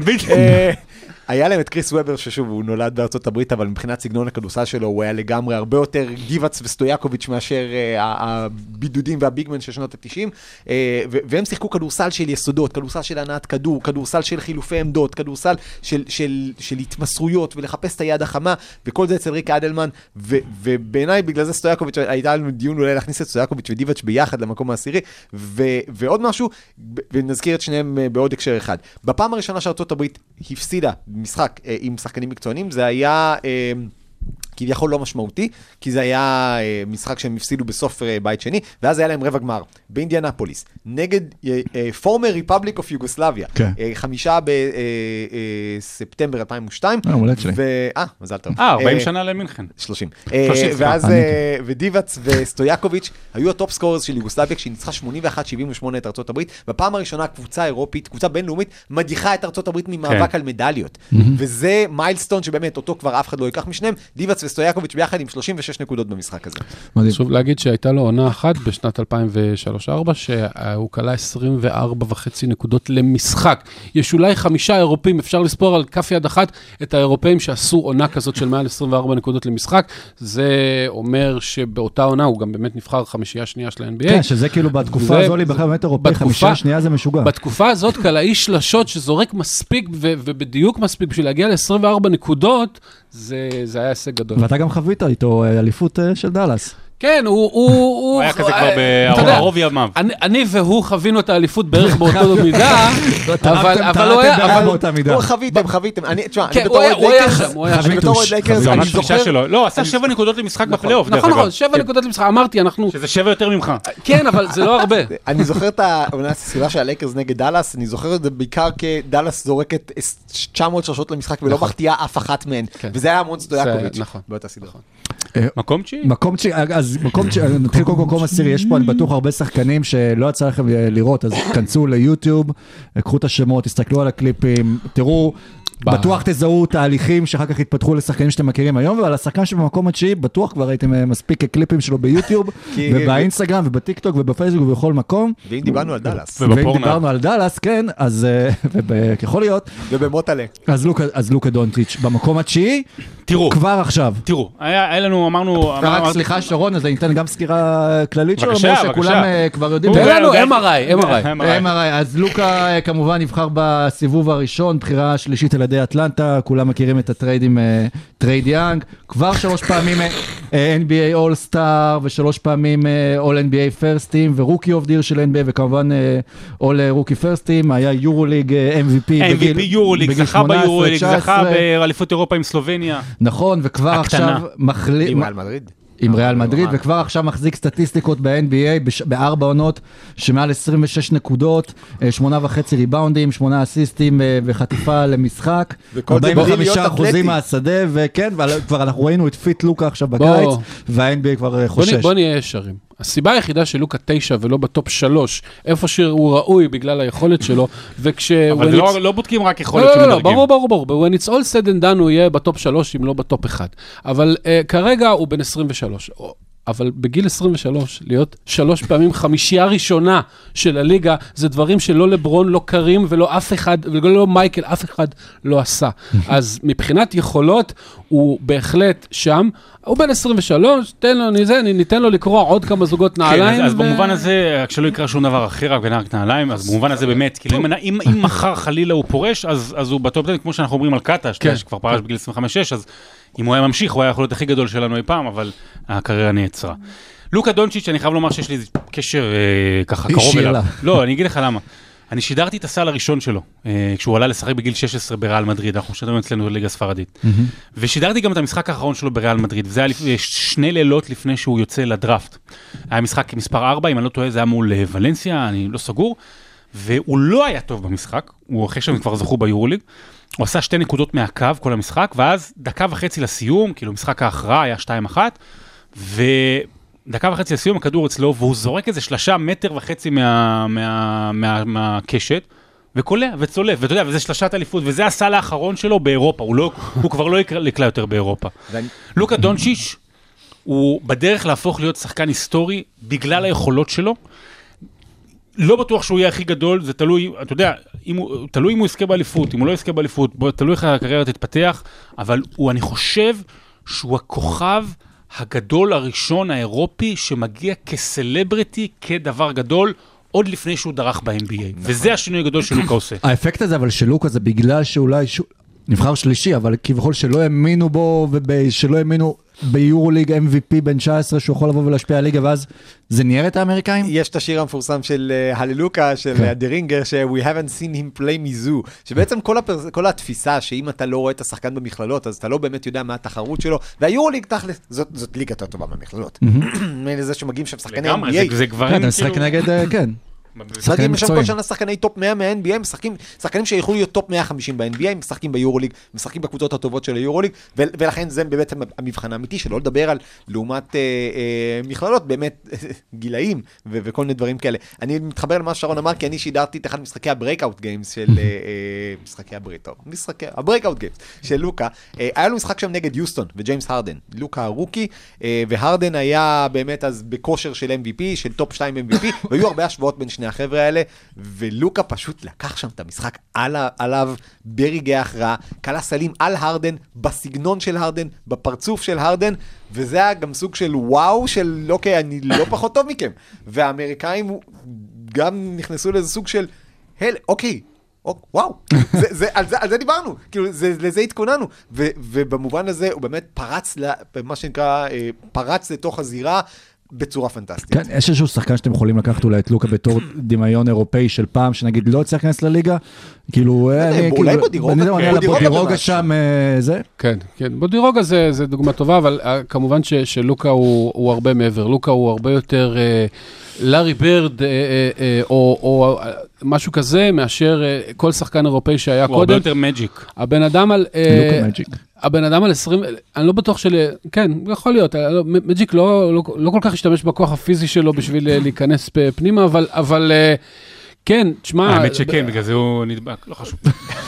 היה להם את קריס וובר, ששוב, הוא נולד בארצות הברית, אבל מבחינת סגנון הכדורסל שלו, הוא היה לגמרי הרבה יותר דיבאץ וסטויאקוביץ' מאשר הבידודים והביגמן של שנות ה-תשעים, והם שיחקו כדורסל של יסודות, כדורסל של הנעת כדור, כדורסל של חילופי עמדות, כדורסל של התמסרויות, ולחפש את היד החמה, וכל זה אצל ריק אדלמן, ובעיניי, בגלל זה סטויאקוביץ', הייתה לנו דיון אולי להכניס את סטויאקוביץ' ודיבאץ' ביחד למקום העשירי, ועוד משהו, ונזכיר את שניהם בעוד הקשר אחד. בפעם הראשונה שארצות הברית הפסידה משחק אה, עם שחקנים מקצוענים, זה היה אה, כביכול לא משמעותי, כי זה היה אה, משחק שהם הפסידו בסוף אה, בית שני, ואז היה להם רבע גמר באינדיאנפוליס, נגד אה, אה, former Republic of Yugoslavia, כן. אה, חמישה בספטמבר אה, אה, אלפיים ושתיים, אה, מולד שלי. ו... אה, מזל טוב. אה, ארבעים שנה למינכן. שלושים. אה, ואז אה, ודיבאץ וסטויאקוביץ' היו הטופ סקוררס של יוגוסלביה, כשהיא ניצחה שמונים ואחת שבעים ושמונה את ארצות הברית, בפעם הראשונה קבוצה אירופית, קבוצה בינלאומית, מדיחה את ארצות הברית ממאבק על מדליות. וזה מיילסטון שבאמת אותו כבר אף אחד לא ייקח משניהם, דיבאץ וסטויאקוביץ' ביחד עם שלושים ושש נקודות במשחק הזה. חשוב להגיד שהייתה לו עונה אחת בשנת אלפיים ושלוש ארבע, שהוא קלה עשרים וארבע וחצי נקודות למשחק. יש אולי חמישה אירופאים, אפשר לספור על כף יד אחת את האירופאים שעשו עונה כזאת של מעל עשרים וארבע נקודות למשחק. זה אומר שבאותה עונה הוא גם באמת נבחר חמישייה שנייה של ה-אן בי איי. כן, שזה כאילו בתקופה הזו, בכלל באמת אירופאי, חמישייה שנייה זה משוגע. בתקופה הזאת קלעי שלשות שזורק מספיק ובדיוק מספיק בשביל להגיע ל-עשרים וארבע נקודות, זה, זה היה הישג גדול. ואתה גם חווית איתו אליפות של דלס. כן, הוא... הוא היה כזה כבר בערוב ימיו. אני והוא חווינו את האליפות בערך באותו מידה, אבל הוא היה... הוא חוויתם, חוויתם. כן, הוא היה שם, הוא היה שם. אני בתור לייקרס, אני זוכר... לא, עשה שבע נקודות למשחק בפלייאוף. נכון, נכון, שבע נקודות למשחק. אמרתי, אנחנו... שזה שבע יותר ממך. כן, אבל זה לא הרבה. אני זוכר את הסביבה של הלייקרס נגד דלס, אני זוכר את זה בעיקר כדלס זורקת תשע מאות שלשות למשחק ולא מחטיאה אף אחת מהן. וזה היה המון סטויאקוביץ' באותה סדרה. מקום תשיעי? מקום תשיעי, אז מקום תשיעי, נתחיל קודם כל מקום עשירי, יש פה, אני בטוח, הרבה שחקנים שלא יצא לכם לראות, אז כנסו ליוטיוב, קחו את השמות, תסתכלו על הקליפים, תראו, בטוח תזהו תהליכים שאחר כך יתפתחו לשחקנים שאתם מכירים היום, ועל השחקן שבמקום התשיעי, בטוח כבר ראיתם מספיק קליפים שלו ביוטיוב, ובאינסטגרם, ובטיקטוק, ובפייסבוק, ובכל מקום. ואם דיברנו על דלס. ואם דיברנו על דלס, כן, אז ככל להיות. ובמוטלה. אז לוקה דונטיץ' במקום התשיעי, תראו. כבר עכשיו. תראו, היה לנו, אמרנו... רק סליחה שרון, אז אני אתן גם סקירה כללית שלו, בבקשה, בבקשה. שכולם כבר יודעים. תן לנו אם אר איי, אם אר איי. אם אר איי, אז לוקה כמובן נבחר בסיבוב הראשון, בחירה שלישית על ידי אטלנטה, כולם מכירים את הטרייד עם טרייד יאנג, כבר שלוש פעמים אן בי איי All-Star, ושלוש פעמים All-אן בי איי First Team, ורוקי אוף דיר של אן בי איי, וכמובן All-Rookie First Team, היה יורוליג אם וי פי אם וי פי יורוליג, זכה ביורוליג, זכה באליפות אירופה עם סלובניה. נכון, וכבר עכשיו מחליט... עם ריאל מדריד. עם ריאל מדריד, וכבר עכשיו מחזיק סטטיסטיקות ב-אן בי איי בארבע עונות, שמעל עשרים ושש נקודות, שמונה וחצי ריבאונדים, שמונה אסיסטים וחטיפה למשחק, ארבעים וחמישה אחוזים מהשדה, וכן, וכבר אנחנו ראינו את פיט לוקה עכשיו בקיץ, וה-אן בי איי כבר חושש. בוא נהיה ישרים. הסיבה היחידה של לוקה תשע ולא בטופ שלוש, איפה שהוא ראוי בגלל היכולת שלו, וכש... אבל לא, לא בודקים רק יכולת שמדרגים. לא, לא, ברור, ברור, ברור. When it's all said and done הוא יהיה בטופ שלוש, אם לא בטופ אחד. אבל uh, כרגע הוא בן עשרים ושלוש. אבל בגיל עשרים ושלוש, להיות שלוש פעמים חמישייה ראשונה של הליגה, זה דברים שלא לברון, לא קרים, ולא אף אחד, ולא מייקל, אף אחד לא עשה. אז מבחינת יכולות, הוא בהחלט שם. הוא בן עשרים ושלוש, תן לו, ניתן, ניתן לו לקרוא עוד כמה זוגות נעליים. כן, אז, ו... אז במובן הזה, כשלא יקרא שום דבר אחר, רק רק נעליים, אז במובן הזה באמת, כאילו, אם, אם, אם מחר חלילה הוא פורש, אז, אז הוא בטופ טן, כמו שאנחנו אומרים על קאטה, כן. שכבר פרש בגיל עשרים וחמש שש, אז אם הוא היה ממשיך, הוא היה יכול להיות הכי גדול שלנו אי פעם, אבל הקריירה נעצרה. לוקה דונצ'יץ', אני חייב לומר שיש לי קשר אה, ככה קרוב אליו. לא, אני אגיד לך למה. אני שידרתי את הסל הראשון שלו, כשהוא עלה לשחק בגיל שש עשרה בריאל מדריד, אנחנו שדרנו אצלנו ליגה ספרדית. ושידרתי גם את המשחק האחרון שלו בריאל מדריד, וזה היה שני לילות לפני שהוא יוצא לדראפט. היה משחק מספר ארבע, אם אני לא טועה, זה היה מול ולנסיה, אני לא סגור, והוא לא היה טוב במשחק, הוא אחרי שהם כבר זכו ביורוליג, הוא עשה שתי נקודות מהקו כל המשחק, ואז דקה וחצי לסיום, כאילו משחק ההכרעה היה שתיים אחת, ו... דקה וחצי לסיום, הכדור אצלו, והוא זורק איזה שלושה מטר וחצי מה, מה, מה, מהקשת, וקולע וצולף, ואתה יודע, וזה שלושת אליפות, וזה הסל האחרון שלו באירופה, הוא, לא, הוא כבר לא יקלע יותר באירופה. לוקה דונצ'יץ' הוא בדרך להפוך להיות שחקן היסטורי, בגלל היכולות שלו, לא בטוח שהוא יהיה הכי גדול, זה תלוי, אתה יודע, אם הוא, תלוי אם הוא יזכה באליפות, אם הוא לא יזכה באליפות, תלוי איך הקריירה תתפתח, אבל הוא, אני חושב שהוא הכוכב הגדול הראשון האירופי שמגיע כסלבריטי, כדבר גדול, עוד לפני שהוא דרך ב-אן בי איי. וזה השינוי הגדול שלוקה עושה. האפקט הזה, אבל של לוקה זה בגלל שאולי נבחר שלישי, אבל כביכול שלא האמינו בו, ושלא האמינו ביורוליג אם וי פי בן תשע עשרה, שהוא יכול לבוא ולהשפיע על הליגה, ואז זה נייר את האמריקאים? יש את השיר המפורסם של הללוקה, של דרינגר, ש-We haven't seen him play me zoo, שבעצם כל התפיסה, שאם אתה לא רואה את השחקן במכללות, אז אתה לא באמת יודע מה התחרות שלו, והיורוליג תכלס, זאת ליגה יותר טובה במכללות. מזה שמגיעים שם שחקני אן בי איי. זה גברים כאילו... שחק נגד, כן. משחקים שם כל שנה שחקני טופ מאה מה-אן בי איי, שחקנים שיכולו להיות טופ מאה וחמישים ב-אן בי איי, משחקים ביורוליג, משחקים בקבוצות הטובות של היורוליג, ולכן זה באמת המבחן האמיתי שלא לדבר על לעומת מכללות, באמת גילאים וכל מיני דברים כאלה. אני מתחבר למה שרון אמר, כי אני שידרתי את אחד משחקי הברייקאוט גיימס של משחקי הבריטו, משחקי הברייקאוט גיימס של לוקה. היה לו משחק שם נגד יוסטון וג'יימס הרדן, לוקה הרוקי, והרדן היה באמת אז בכושר של אם וי פי, של טופ שתיים אם וי פי, והיו הרבה השוואות בין שני החבר'ה האלה, ולוקה פשוט לקח שם את המשחק על, עליו ברגעי ההכרעה, קלה סלים על הרדן, בסגנון של הרדן, בפרצוף של הרדן, וזה היה גם סוג של וואו, של אוקיי, אני לא פחות טוב מכם. והאמריקאים גם נכנסו לאיזה סוג של, הל, אוקיי, וואו, זה, זה, על, זה, על זה דיברנו, כאילו, זה, לזה התכוננו, ו, ובמובן הזה הוא באמת פרץ, מה שנקרא, פרץ לתוך הזירה, בצורה פנטסטית. כן, יש איזשהו שחקן שאתם יכולים לקחת אולי את לוקה בתור דמיון אירופאי של פעם, שנגיד לא צריך להיכנס לליגה, כאילו... אולי בודירוגה שם זה? כן, כן, בודירוגה זה דוגמה טובה, אבל כמובן שלוקה הוא הרבה מעבר, לוקה הוא הרבה יותר לארי ברד או משהו כזה, מאשר כל שחקן אירופאי שהיה קודם. הוא הרבה יותר מג'יק. הבן אדם על... לוקה מג'יק. הבן אדם על עשרים, אני לא בטוח של... כן, יכול להיות, מג'יק לא, לא, לא כל כך השתמש בכוח הפיזי שלו בשביל להיכנס פנימה, אבל, אבל כן, תשמע... האמת שכן, בגלל זה הוא נדבק, לא חשוב.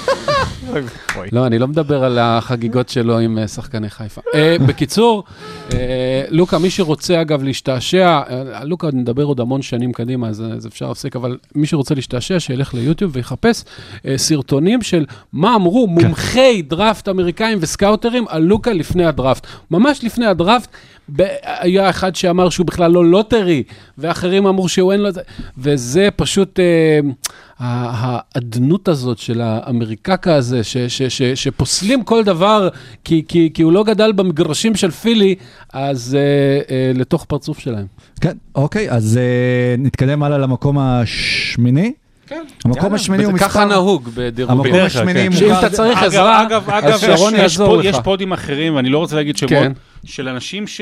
לא, אני לא מדבר על החגיגות שלו עם שחקני חיפה. בקיצור, לוקה, מי שרוצה אגב להשתעשע, לוקה נדבר עוד המון שנים קדימה, אז אפשר להפסיק, אבל מי שרוצה להשתעשע, שילך ליוטיוב ויחפש סרטונים של מה אמרו מומחי דראפט אמריקאים וסקאוטרים על לוקה לפני הדראפט. ממש לפני הדראפט, היה אחד שאמר שהוא בכלל לא לוטרי, ואחרים אמרו שהוא אין לו... וזה פשוט... העדנות הזאת של האמריקקה הזה, ש, ש, ש, שפוסלים כל דבר, כי, כי, כי הוא לא גדל במגרשים של פילי, אז uh, uh, לתוך פרצוף שלהם. כן, אוקיי, אז uh, נתקדם הלאה למקום השמיני. המקום השמיני הוא וזה ככה מספר... נהוג בדירובים. המקום השמיני שאם מוכר... אתה צריך אגב, עזרה, אגב, אז אגב, שרון יש- יש יעזור פוד- לך. יש פודים אחרים, ואני לא רוצה להגיד שמות, כן. של אנשים ש-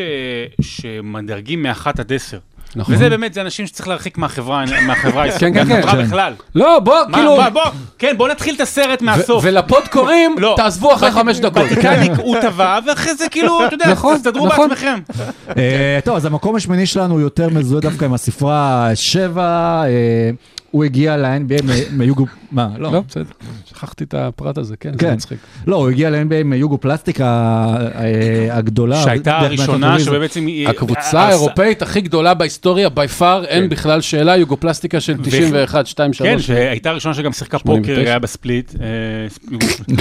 שמדרגים מאחת עד עשר. נכון. וזה באמת, זה אנשים שצריך להרחיק מהחברה, מהחברה כן, הישראלית, כן, מהחברה כן. בכלל. לא, בוא, מה, כאילו... מה, בוא, כן, בוא נתחיל את הסרט מהסוף. ו- ולפוד קוראים, לא. תעזבו אחרי חמש דקות. בטיטניק הוא טבע, ואחרי זה כאילו, אתה יודע, נכון, תסתדרו נכון. בעצמכם. אה, טוב, אז המקום השמיני שלנו הוא יותר מזוהה דווקא עם הספרה שבע, אה, הוא הגיע ל-אן בי איי מיוגו... מה? לא. לא, בסדר. שכחתי את הפרט הזה, כן, זה כן. מצחיק. לא, הוא הגיע ל-אן בי איי מיוגו פלסטיק ה- אה, הגדולה. שהייתה דרך הראשונה מהטוריזם. שבעצם... היא- הקבוצה עשה- האירופאית הכי גדולה בהיסטוריה, by far, אין בכלל שאלה, יוגופלסטיקה של תשעים ואחת, שתיים, כן, שלוש. שהייתה הראשונה שגם שיחקה שמונים פוקר, ותשע. היה בספליט, אה,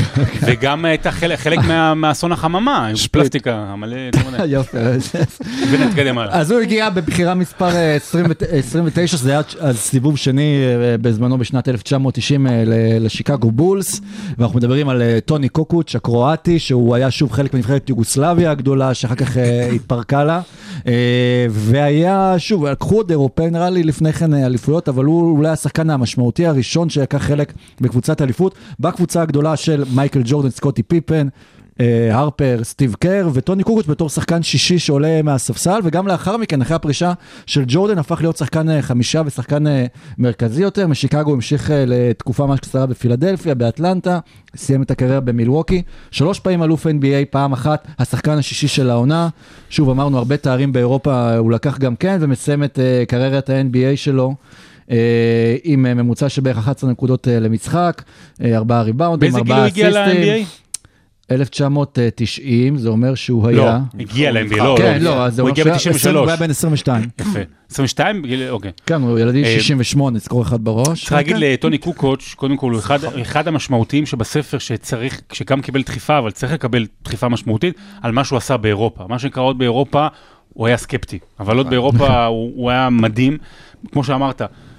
וגם הייתה חלק- חלק מה- מאסון החממה, עם פלסטיקה, המלא, יופי. ונתקדם הלאה. אז הוא הגיע בבחירה מספר אה, עשרים ות- עשרים ותשע, זה היה אז סיבוב שני אה, בזמנו בשנת אלף תשע מאות תשעים אה, ל- לשיקגו בולס, ואנחנו מדברים על אה, טוני קוקוץ' הקרואטי, שהוא היה שוב חלק מנבחרת יוגוסלביה הגדולה, שאחר כך אה, התפרקה לה, אה, והיה, שוב, לקחו עוד אירופאי נראה לי לפני כן אה, אליפויות, אבל הוא אולי השחקן המשמעותי הראשון שלקח חלק בקבוצת אליפות, בקבוצה הגדולה של מייקל ג'ורדן, סקוטי פיפן, אה, הרפר, סטיב קר, וטוני קוקוץ' בתור שחקן שישי שעולה מהספסל, וגם לאחר מכן, אחרי הפרישה של ג'ורדן, הפך להיות שחקן אה, חמישה ושחקן אה, מרכזי יותר. משיקגו המשיך אה, לתקופה ממש קצרה בפילדלפיה, באטלנטה, סיים את הקריירה במילווקי, שלוש פעמים אלוף אן בי איי, פעם אחת השחקן השישי של העונה. שוב, אמרנו, הרבה תארים באירופה הוא לקח גם כן, ומסיים את אה, קריירת ה-אן בי איי שלו. אה, עם אה, ממוצע שבערך אחת עשרה נקודות אה, למשחק, אה, ארבעה ריבאונדים, באיזה גיל ארבעה הוא הגיע ל-אן בי איי? אסיסטים. אלף תשע מאות תשעים, זה אומר שהוא לא, היה... הגיע ל-אן בי איי, לא, כן, לא, לא, אז זה הוא אומר הגיע שהוא ב-תשעים היה- הוא ושלוש. היה בן עשרים ושתיים. יפה. עשרים ושתיים? בגיל- אוקיי. כן, הוא ילדי אה, שישים ושמונה, זכור אחד בראש. צריך להגיד כן. לטוני קוקוץ', קודם כל הוא אחד, אחד המשמעותיים שבספר שצריך, שגם קיבל דחיפה, אבל צריך לקבל דחיפה משמעותית על מה שהוא עשה באירופה. מה שנקרא עוד באירופה, הוא היה סקפטי, אבל עוד באירופה הוא, הוא היה מדהים. כמו שאמרת,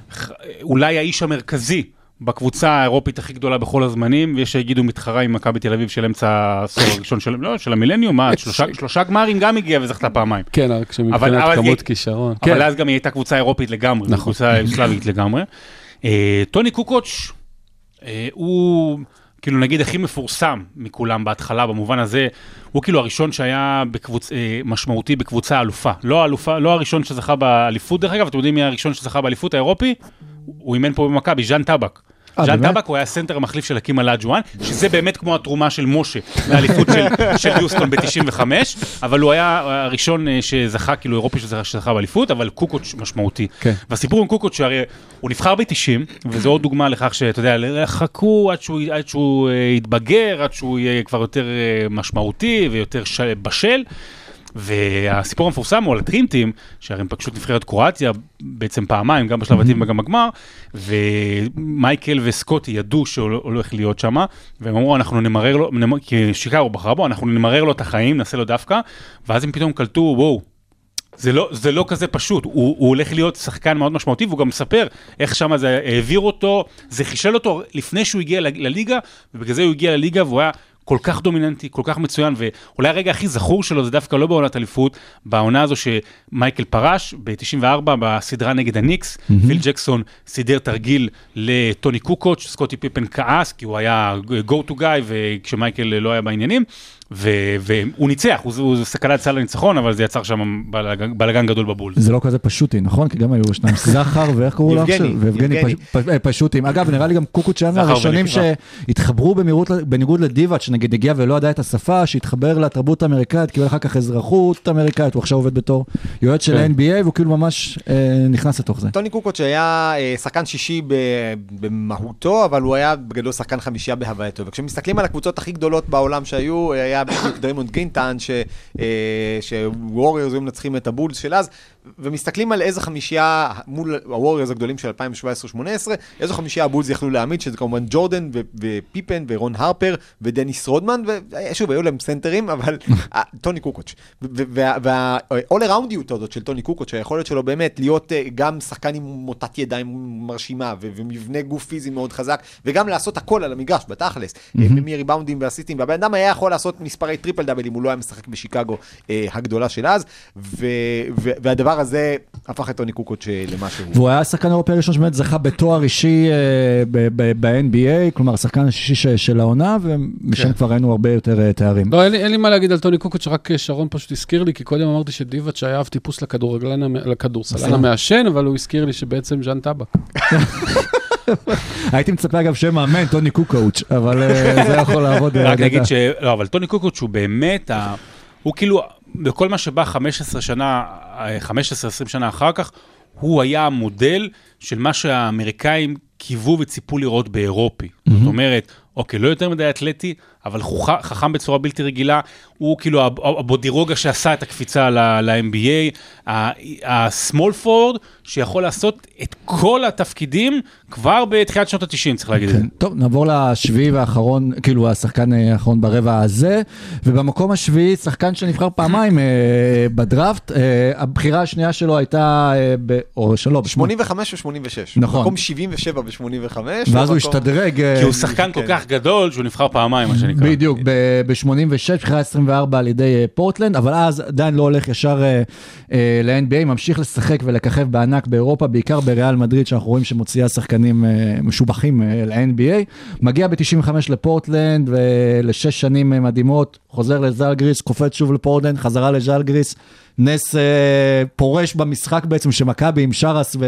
אולי האיש המרכזי בקבוצה האירופית הכי גדולה בכל הזמנים, ויש שיגידו מתחרה עם מכבי תל אביב של אמצע העשור הראשון של, לא, של המילניום, מה, שלושה, שלושה גמרים גם הגיע וזכתה פעמיים. כן, רק אבל- שמבחינת אבל כמות היא- כישרון. אבל כן, אז גם היא הייתה קבוצה אירופית לגמרי, נכון. קבוצה סלאבית לגמרי. אה, טוני קוקוץ', אה, הוא כאילו נגיד הכי מפורסם מכולם בהתחלה, במובן הזה, הוא כאילו הראשון שהיה בקבוצ... אה, משמעותי בקבוצה אלופה. לא אלופה, לא הראשון שזכה באליפות, דרך אגב, אתם יודעים מי הראשון שזכה באליפות האירופי? הוא אימן פה במכבי, ז'אן טבק. אה, ז'אן באמת? טבק הוא היה סנטר המחליף של הקים אלאג'ואן, שזה באמת כמו התרומה של משה לאליפות של, של יוסטון ב-תשעים וחמש, אבל הוא היה הראשון אה, שזכה, כאילו אירופי שזכה, שזכה באליפות, אבל קוקוץ' משמעותי. כן. והסיפור עם קוקוץ' שהרי הוא נבחר ב-תשעים, וזו עוד דוגמה לכך שאתה יודע, חכו עד שהוא, עד שהוא אה, יתבגר, עד שהוא יהיה כבר יותר אה, משמעותי ויותר ש... בשל. והסיפור המפורסם הוא על הטרימטים, שהרי הם פגשו את נבחרת קרואטיה בעצם פעמיים, גם בשלב הטים וגם בגמר, ומייקל וסקוטי ידעו שהוא הולך להיות שם, והם אמרו, אנחנו נמרר לו, כי שיקגו בחרה בו, אנחנו נמרר לו את החיים, נעשה לו דווקא, ואז הם פתאום קלטו, וואו, זה לא, זה לא כזה פשוט, הוא, הוא הולך להיות שחקן מאוד משמעותי, והוא גם מספר איך שם זה העביר אותו, זה חישל אותו לפני שהוא הגיע לליגה, ובגלל זה הוא הגיע לליגה, והוא היה כל כך דומיננטי, כל כך מצוין, ואולי הרגע הכי זכור שלו זה דווקא לא בעונת אליפות, בעונה הזו שמייקל פרש ב-תשעים וארבע בסדרה נגד הניקס, פיל ג'קסון סידר תרגיל לטוני קוקוץ', סקוטי פיפן כעס, כי הוא היה go to guy, וכשמייקל לא היה בעניינים, והוא ניצח, הוא סכנת סל לניצחון, אבל זה יצר שם בלגן גדול בבול. זה לא כזה פשוטי, נכון? כי גם היו שניים, זכר ואיך קראו לו עכשיו? ויבגני פשוטים. אגב, נראה לי גם קוקוץ' היה מהראשונים שהתחברו במהירות, בניגוד לדיבאץ' שנגיד הגיע ולא ידע את השפה, שהתחבר לתרבות האמריקאית, קיבל אחר כך אזרחות אמריקאית, הוא עכשיו עובד בתור יועץ של ה-אן בי איי, והוא כאילו ממש נכנס לתוך זה. טוני קוקוץ' היה שחקן שישי במהותו, אבל הוא היה בגדול שחקן חמישייה בהווייתו. וכשמסתכלים על הקבוצות הכי גדולות בעולם שהיו, היה בדיוק דריימונד גרין טען שווריורס היו מנצחים את הבולס של אז, ומסתכלים על איזה חמישייה מול הווריורס הגדולים של אלפיים שבע עשרה שמונה עשרה, איזו חמישייה הבולס יכלו להעמיד, שזה כמובן ג'ורדן ופיפן ורון הרפר ודניס רודמן, ושוב, היו להם סנטרים, אבל טוני קוקוץ'. וה-all aroundיות הזאת של טוני קוקוץ', היכולת שלו באמת להיות גם שחקן עם מוטת ידיים מרשימה, ומבנה גוף פיזי מאוד חזק, וגם לעשות הכל על המגרש, בתכלס, מריבאונדים ואסיסטים, והבן אדם היה יכול לעשות מספרי טריפל דאבל, אם הוא לא היה משחק בשיקגו הגדולה של אז, והדבר הדבר הזה הפך את טוני קוקוץ' למה שהוא. והוא היה השחקן האירופאי הראשון שבאמת זכה בתואר אישי ב-אן בי איי, כלומר, השחקן השישי של העונה, ומשם כבר ראינו הרבה יותר תארים. לא, אין לי מה להגיד על טוני קוקוץ', רק שרון פשוט הזכיר לי, כי קודם אמרתי שדיבאץ' היה אהב טיפוס לכדורסלן המעשן, אבל הוא הזכיר לי שבעצם ז'אן טבק. הייתי מצפה אגב שם מאמן, טוני קוקוץ', אבל זה יכול לעבוד. רק נגיד ש... לא, אבל טוני קוקוץ' הוא באמת, הוא כאילו, בכל מה שבא חמש עשרה שנה, חמש עשרה עשרים שנה אחר כך, הוא היה המודל של מה שהאמריקאים קיוו וציפו לראות באירופי. זאת אומרת, אוקיי, לא יותר מדי אתלטי, אבל חכם בצורה בלתי רגילה, הוא כאילו הבודירוגה שעשה את הקפיצה ל-אן בי איי, הסמול פורד, שיכול לעשות את כל התפקידים כבר בתחילת שנות ה-תשעים, צריך להגיד את זה. טוב, נעבור לשביעי והאחרון, כאילו השחקן האחרון ברבע הזה, ובמקום השביעי, שחקן שנבחר פעמיים בדראפט, הבחירה השנייה שלו הייתה, או שלא, שמונים וחמש ו-שמונים ושש. נכון. מקום שבעים ושבע ב-שמונים וחמש. ואז הוא השתדרג. כי הוא שחקן כל כך גדול, שהוא נבחר פעמיים, מה שנקרא. בדיוק, ב-שמונים ושש, בחירה עשרים וארבע על ידי פורטלנד, אבל אז עדיין לא הולך ישר ל-אן בי איי, ממשיך לשחק ולככב בענק באירופה, בעיקר בריאל מדריד, שאנחנו רואים שמוציאה שחקנים משובחים ל-אן בי איי, מגיע ב-תשעים וחמש לפורטלנד, ולשש שנים מדהימות, חוזר לז'אלגריס, קופץ שוב לפורטלנד, חזרה לז'אלגריס, נס פורש במשחק בעצם, שמכבי עם שרס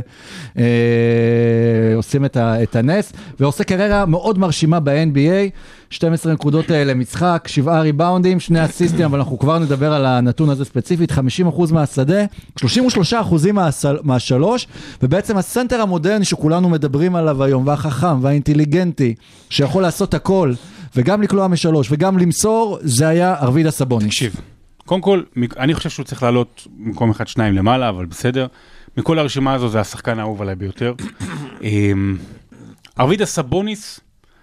ועושים את הנס, ועושה קריירה מאוד מרשימה ב-אן בי איי, שתים עשרה נקודות למשחק, שבעה ריבאונדים, שני אסיסטים, אבל אנחנו כבר נדבר על הנתון הזה ספציפית, חמישים אחוז מהשדה, שלושים ושלושה אחוזים מהשלוש, ובעצם הסנטר המודרני שכולנו מדברים עליו היום, והחכם והאינטליגנטי, שיכול לעשות הכל, וגם לקלוע משלוש, וגם למסור, זה היה ארווידה סבוניס. תקשיב. קודם כל, אני חושב שהוא צריך לעלות במקום אחד, שניים למעלה, אבל בסדר. מכל הרשימה הזו זה השחקן האהוב עליי ביותר. ארווידה סבוניס,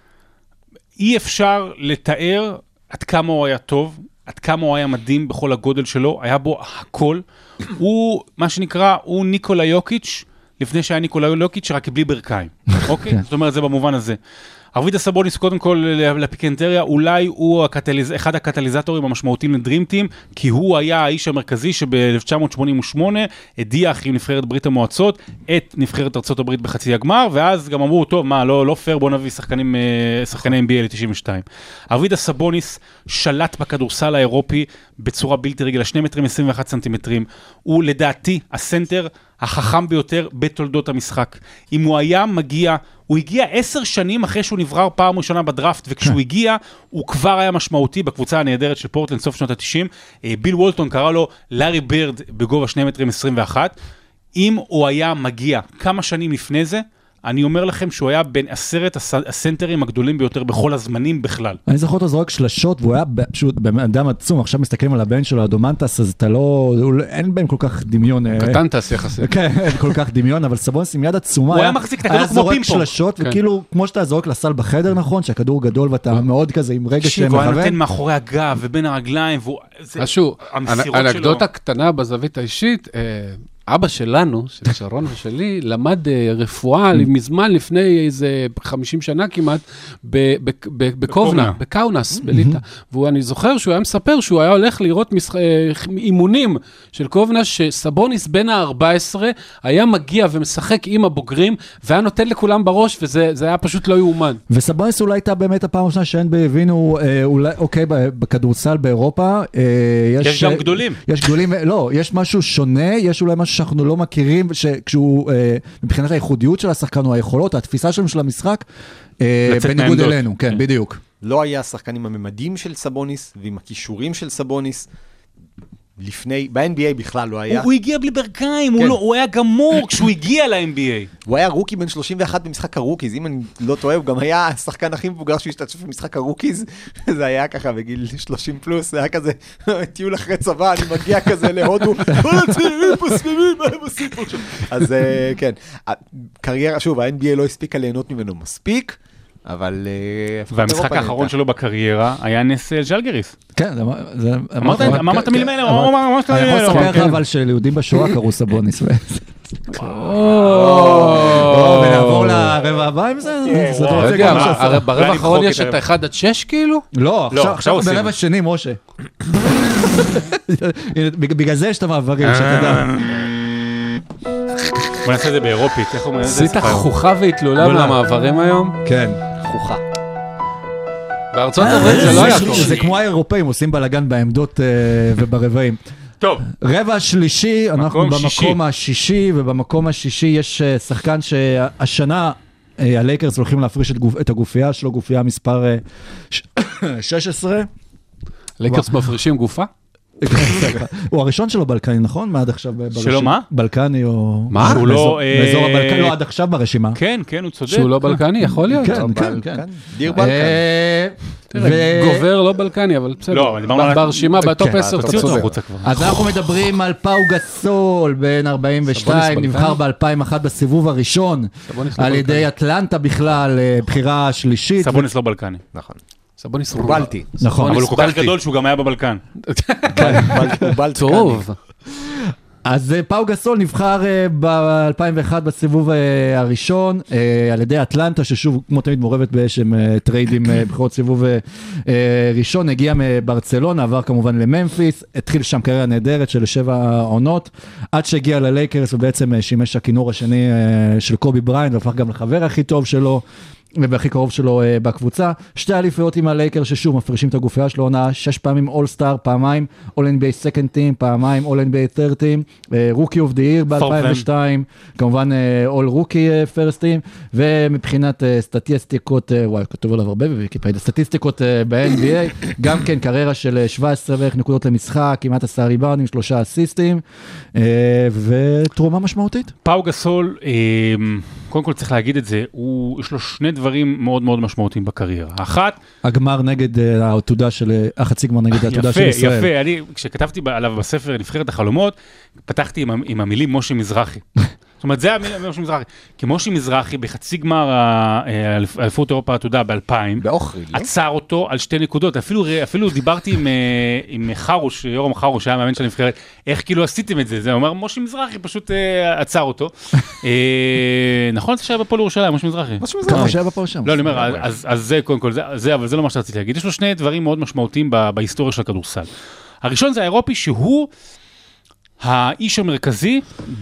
אי אפשר לתאר עד כמה הוא היה טוב, עד כמה הוא היה מדהים בכל הגודל שלו, היה בו הכל. הוא, מה שנקרא, הוא ניקולה יוקיץ', לפני שהיה ניקולה יוקיץ', רק בלי ברכיים. אוקיי? זאת אומרת, זה במובן הזה. ארווידה סבוניס, קודם כל לפיקנטריה, אולי הוא הקטליז... אחד הקטליזטורים המשמעותיים לדרימטים, כי הוא היה האיש המרכזי שב-אלף תשע מאות שמונים ושמונה הדיח עם נבחרת ברית המועצות את נבחרת ארצות הברית בחצי הגמר, ואז גם אמרו, טוב, מה, לא, לא פייר, בוא נביא שחקנים, שחקני אן בי איי ל-תשעים ושתיים. ארווידה סבוניס שלט בכדורסל האירופי בצורה בלתי רגילה, שני מטרים עשרים ואחד סנטימטרים. הוא לדעתי הסנטר החכם ביותר בתולדות המשחק. אם הוא היה מגיע, הוא הגיע עשר שנים אחרי שהוא נברר פעם ראשונה בדראפט, וכשהוא הגיע, הוא כבר היה משמעותי בקבוצה הנהדרת של פורטלנד, סוף שנות ה-תשעים. ביל וולטון קרא לו לארי בירד בגובה שני מטרים עשרים ואחת. אם הוא היה מגיע כמה שנים לפני זה, אני אומר לכם שהוא היה בין עשרת הסנטרים הגדולים ביותר בכל הזמנים בכלל. אני זוכר אותו זורק שלשות, והוא היה פשוט אדם עצום, עכשיו מסתכלים על הבן שלו, הדומנטס, אז אתה לא, אין בהם כל כך דמיון. קטנטס יחסי. כן, אין כל כך דמיון, אבל סבוניס עם יד עצומה, הוא היה מחזיק את הכדור כמו פימפונג. שלשות, וכאילו, כמו שאתה זורק לסל בחדר, נכון, שהכדור גדול ואתה מאוד כזה עם רגש מכוון. הוא היה נותן מאחורי הגב ובין הרגליים, משהו, אנקדוטה קטנה בזווית האישית, אבא שלנו, של שרון ושלי, למד רפואה מזמן לפני איזה חמישים שנה כמעט, בקובנה, בקאונס, בליטא. ואני זוכר שהוא היה מספר שהוא היה הולך לראות אימונים של קובנה, שסבוניס בין ה-ארבע עשרה היה מגיע ומשחק עם הבוגרים, והיה נותן לכולם בראש, וזה היה פשוט לא יאומן. וסבוניס אולי הייתה באמת הפעם ראשונה שאין בהבינו, אוקיי, בכדורסל באירופה, יש גם גדולים. יש גדולים, לא, יש משהו שונה, יש אולי משהו שאנחנו לא מכירים, שכשהוא, מבחינת הייחודיות של השחקן, או היכולות, התפיסה שלנו של המשחק, בניגוד אלינו, כן, בדיוק. לא היה שחקן עם הממדים של סבוניס, ועם הכישורים של סבוניס, לפני, ב-אן בי איי בכלל לא היה. הוא הגיע בלי ברכיים, הוא היה גמור כשהוא הגיע ל-אן בי איי. הוא היה רוקי בן שלושים ואחת במשחק הרוקיז, אם אני לא טועה, הוא גם היה השחקן הכי מבוגר שהוא השתתף במשחק הרוקיז, זה היה ככה בגיל שלושים פלוס, זה היה כזה, טיול אחרי צבא, אני מגיע כזה להודו, כל הצעירים פה סביבים, מה הם עושים פה שם? אז כן, קריירה, שוב, ה-אן בי איי לא הספיקה ליהנות ממנו מספיק, אבל... והמשחק האחרון שלו בקריירה היה נס ז'לגיריס. כן, זה... אמרת מילים האלה, אמרת אני יכול לספר לך אבל שליהודים בשואה קראו סבוניס. ונעבור לרבע הבא עם זה? ברבע האחרון יש את ה-אחד עד שש כאילו? לא, עכשיו ברבע שני, משה. בגלל זה יש את המעברים, שתדע. בוא נעשה את זה באירופית, איך אומרים? עשית חוכה והתלולה מהמעברים היום? כן. חוכה. בארצות הברית זה לא היה טוב. זה כמו האירופאים, עושים בלגן בעמדות וברבעים. טוב. רבע שלישי, אנחנו במקום השישי, ובמקום השישי יש שחקן שהשנה הלייקרס הולכים להפריש את הגופייה שלו, גופייה מספר שש עשרה. לייקרס מפרישים גופה? הוא הראשון שלו בלקני, נכון? מה עד עכשיו? שלו מה? בלקני או... מה? שהוא לא... באזור הבלקני, לא עד עכשיו ברשימה. כן, כן, הוא צודק. שהוא לא בלקני, יכול להיות. כן, כן, כן. דיר בלקן. גובר לא בלקני, אבל בסדר. לא, דיברנו על... ברשימה, בטופ עשר, אתה צודק. אז אנחנו מדברים על פאו גסול, בן ארבעים ושתיים, נבחר ב-אלפיים ואחת בסיבוב הראשון, על ידי אטלנטה בכלל, בחירה שלישית. סבוניס לא בלקני. נכון. סבוניס הובלתי. נכון. אבל הוא כל כך גדול שהוא גם היה בבלקן. הובלתי. טוב. אז פאו גסול נבחר ב-אלפיים ואחת בסיבוב הראשון, על ידי אטלנטה, ששוב, כמו תמיד מעורבת באיזשהם טריידים בחירות סיבוב ראשון, הגיע מברצלונה, עבר כמובן לממפיס, התחיל שם קריירה נהדרת של שבע עונות, עד שהגיע ללייקרס, ובעצם שימש הכינור השני של קובי בריינט, והפך גם לחבר הכי טוב שלו, והכי קרוב שלו uh, בקבוצה. שתי אליפויות עם הלייקר ששוב מפרישים את הגופייה שלו, עונה שש פעמים אול-סטאר, פעמיים All-אן בי איי Second Team, פעמיים All-אן בי איי Third Team, uh, Rookie of the Year ב-אלפיים ושתיים, כמובן uh, All Rookie uh, First Team, ומבחינת uh, סטטיסטיקות, uh, וואי, כתוב עליו הרבה בוויקיפדיה, סטטיסטיקות uh, ב-אן בי איי, גם כן קריירה של שבע עשרה וערך נקודות למשחק, כמעט עשרה ריבאונדים, שלושה אסיסטים, uh, ותרומה משמעותית. פאו גסול, uh, קודם כל צריך להגיד את זה, הוא, יש לו שני דברים מאוד מאוד משמעותיים בקריירה. אחת... הגמר נגד העתודה של... החצי גמר נגד העתודה של ישראל. יפה, יפה. אני, כשכתבתי עליו בספר, נבחרת החלומות, פתחתי עם, עם המילים משה מזרחי. זאת אומרת, זה המילים משה מזרחי. כי משה מזרחי, בחצי גמר האליפות אירופה העתודה ב-אלפיים, עצר אותו על שתי נקודות. אפילו, אפילו דיברתי עם, עם חרוש, יורם חרוש, שהיה מאמן של הנבחרת, איך כאילו עשיתם את זה? זה אומר, משה מזרחי פשוט עצר אותו. נכון, זה שהיה בפועל ירושלים, משה מזרחי. משה מזרחי. שהיה בפועל שם. לא, אני אומר, אז זה קודם כל, זה, אבל זה לא מה שרציתי להגיד. יש לו שני דברים מאוד משמעותיים בהיסטוריה של הכדורסל. הראשון זה האירופי, שהוא האיש המרכזי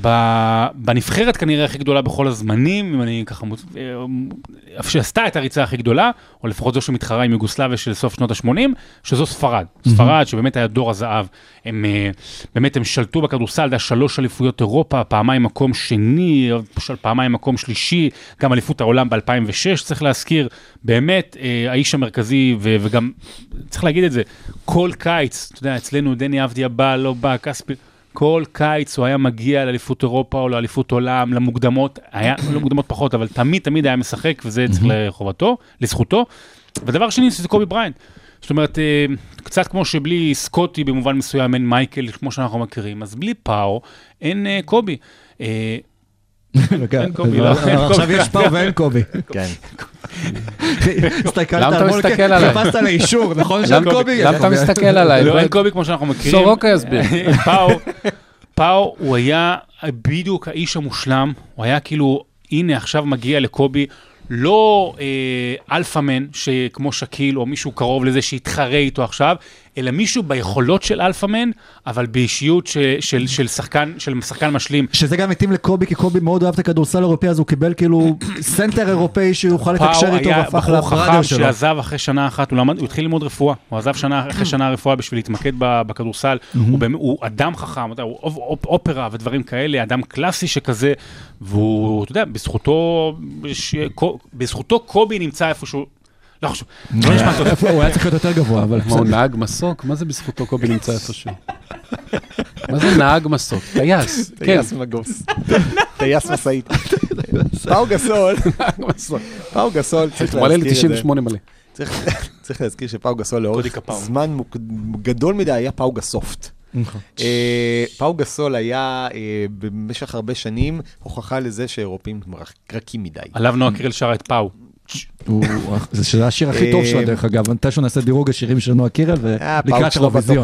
בנבחרת כנראה הכי גדולה בכל הזמנים, אם אני ככה, שעשתה את הריצה הכי גדולה, או לפחות זו שמתחרה עם יוגוסלביה של סוף שנות ה-שמונים, שזו ספרד. ספרד, שבאמת היה דור הזהב, הם באמת הם שלטו בכדורסל, זה היה שלוש אליפויות אירופה, פעמיים מקום שני, פעמיים מקום שלישי, גם אליפות העולם ב-אלפיים ושש, צריך להזכיר, באמת האיש המרכזי, וגם צריך להגיד את זה, כל קיץ, אתה יודע, אצלנו דני אבדיה בא, לא בא, כספי, כל קיץ הוא היה מגיע לאליפות אירופה או לאליפות עולם, למוקדמות, היה, לא מוקדמות פחות, אבל תמיד תמיד היה משחק, וזה צריך לחובתו, לזכותו. ודבר שני, זה קובי בריינט. זאת אומרת, קצת כמו שבלי סקוטי במובן מסוים, אין מייקל, כמו שאנחנו מכירים, אז בלי פאו, אין קובי. אין קובי, לא. עכשיו יש פאו ואין קובי. כן. למה אתה מסתכל עליי? חיפשת לאישור, נכון של קובי? למה אתה מסתכל עליי? לא, אין קובי כמו שאנחנו מכירים. סורוקה יסביר. פאו, פאו הוא היה בדיוק האיש המושלם, הוא היה כאילו, הנה עכשיו מגיע לקובי, לא אה, אלפאמן, שכמו שקיל, או מישהו קרוב לזה שהתחרה איתו עכשיו, אלא מישהו ביכולות של אלפאמן, אבל באישיות ש, של, של, שחקן, של שחקן משלים. שזה גם מתאים לקובי, כי קובי מאוד אוהב את הכדורסל האירופאי, אז הוא קיבל כאילו סנטר אירופאי שיוכל לתקשר איתו, והפך לפרדר שלו. שעזב אחרי שנה אחת, הוא, למד, הוא התחיל ללמוד רפואה, הוא עזב שנה, אחרי שנה רפואה בשביל להתמקד בכדורסל, הוא, באמת, הוא אדם חכם, הוא אופרה ודברים כאלה, אדם קלאסי שכזה, והוא, אתה יודע, בזכותו, בזכותו קובי נמצא איפשהו, לא חשוב, לא נשמע טוב. הוא היה צריך להיות יותר גבוה, אבל... מה, הוא נהג מסוק? מה זה בזכותו קובי נמצא איפשהו? מה זה נהג מסוק? טייס. טייס מגוס. טייס מסעית. פאו גסול. פאו גסול, צריך להזכיר את זה. תשעים ושמונה מלא. צריך להזכיר שפאו גסול לאורך זמן גדול מדי היה פאו גסופט. פאו גסול היה במשך הרבה שנים הוכחה לזה שאירופאים רכים מדי. עליו נועה קירל שרה את פאו. זה השיר הכי טוב שלו, דרך אגב. מתישהו נעשה דירוג השירים של נועה קירל, ולקראת אירוויזיון.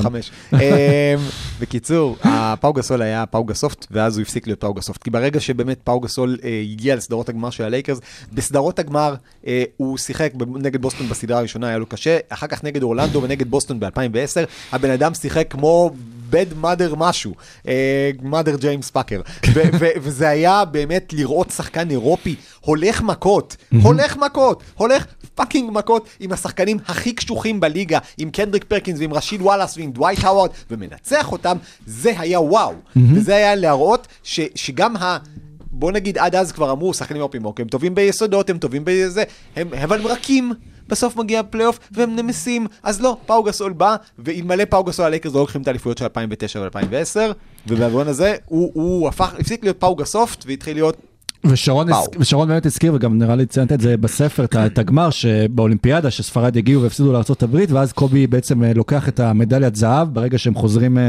בקיצור, פאו גסול היה פאו גסופט, ואז הוא הפסיק להיות פאו גסופט. כי ברגע שבאמת פאו גסול הגיע לסדרות הגמר של הלייקרס, בסדרות הגמר הוא שיחק נגד בוסטון בסדרה הראשונה, היה לו קשה, אחר כך נגד אורלנדו ונגד בוסטון ב-אלפיים ועשר, הבן אדם שיחק כמו bad mother משהו, mother ג'יימס פאקר, וזה היה באמת לראות שחקן אירופי, הולך מכות, הולך מכות, הולך פאקינג מכות עם השחקנים הכי קשוחים בליגה, עם קנדריק פרקינס ועם רשיד וואלאס ועם דווייט האוורד, ומנצח אותם, זה היה וואו. וזה היה להראות ש, שגם ה... בוא נגיד עד אז כבר אמרו, שחקנים אירופים, אוקיי, הם טובים ביסודות, הם טובים בזה, הם, אבל הם רכים. בסוף מגיע הפלייאוף והם נמסים, אז לא, פאו גסול בא, ואלמלא פאו גסול הלייקרס לא לוקחים את האליפויות של אלפיים ותשע ו-אלפיים ועשר, ובעוון הזה הוא, הוא הפך, הפסיק להיות פאו גסופט, והתחיל להיות ושרון, ושרון באמת הזכיר, וגם נראה לי ציינת את זה בספר, את הגמר שבאולימפיאדה, שספרד הגיעו והפסידו לארצות הברית, ואז קובי בעצם לוקח את המדליית זהב, ברגע שהם חוזרים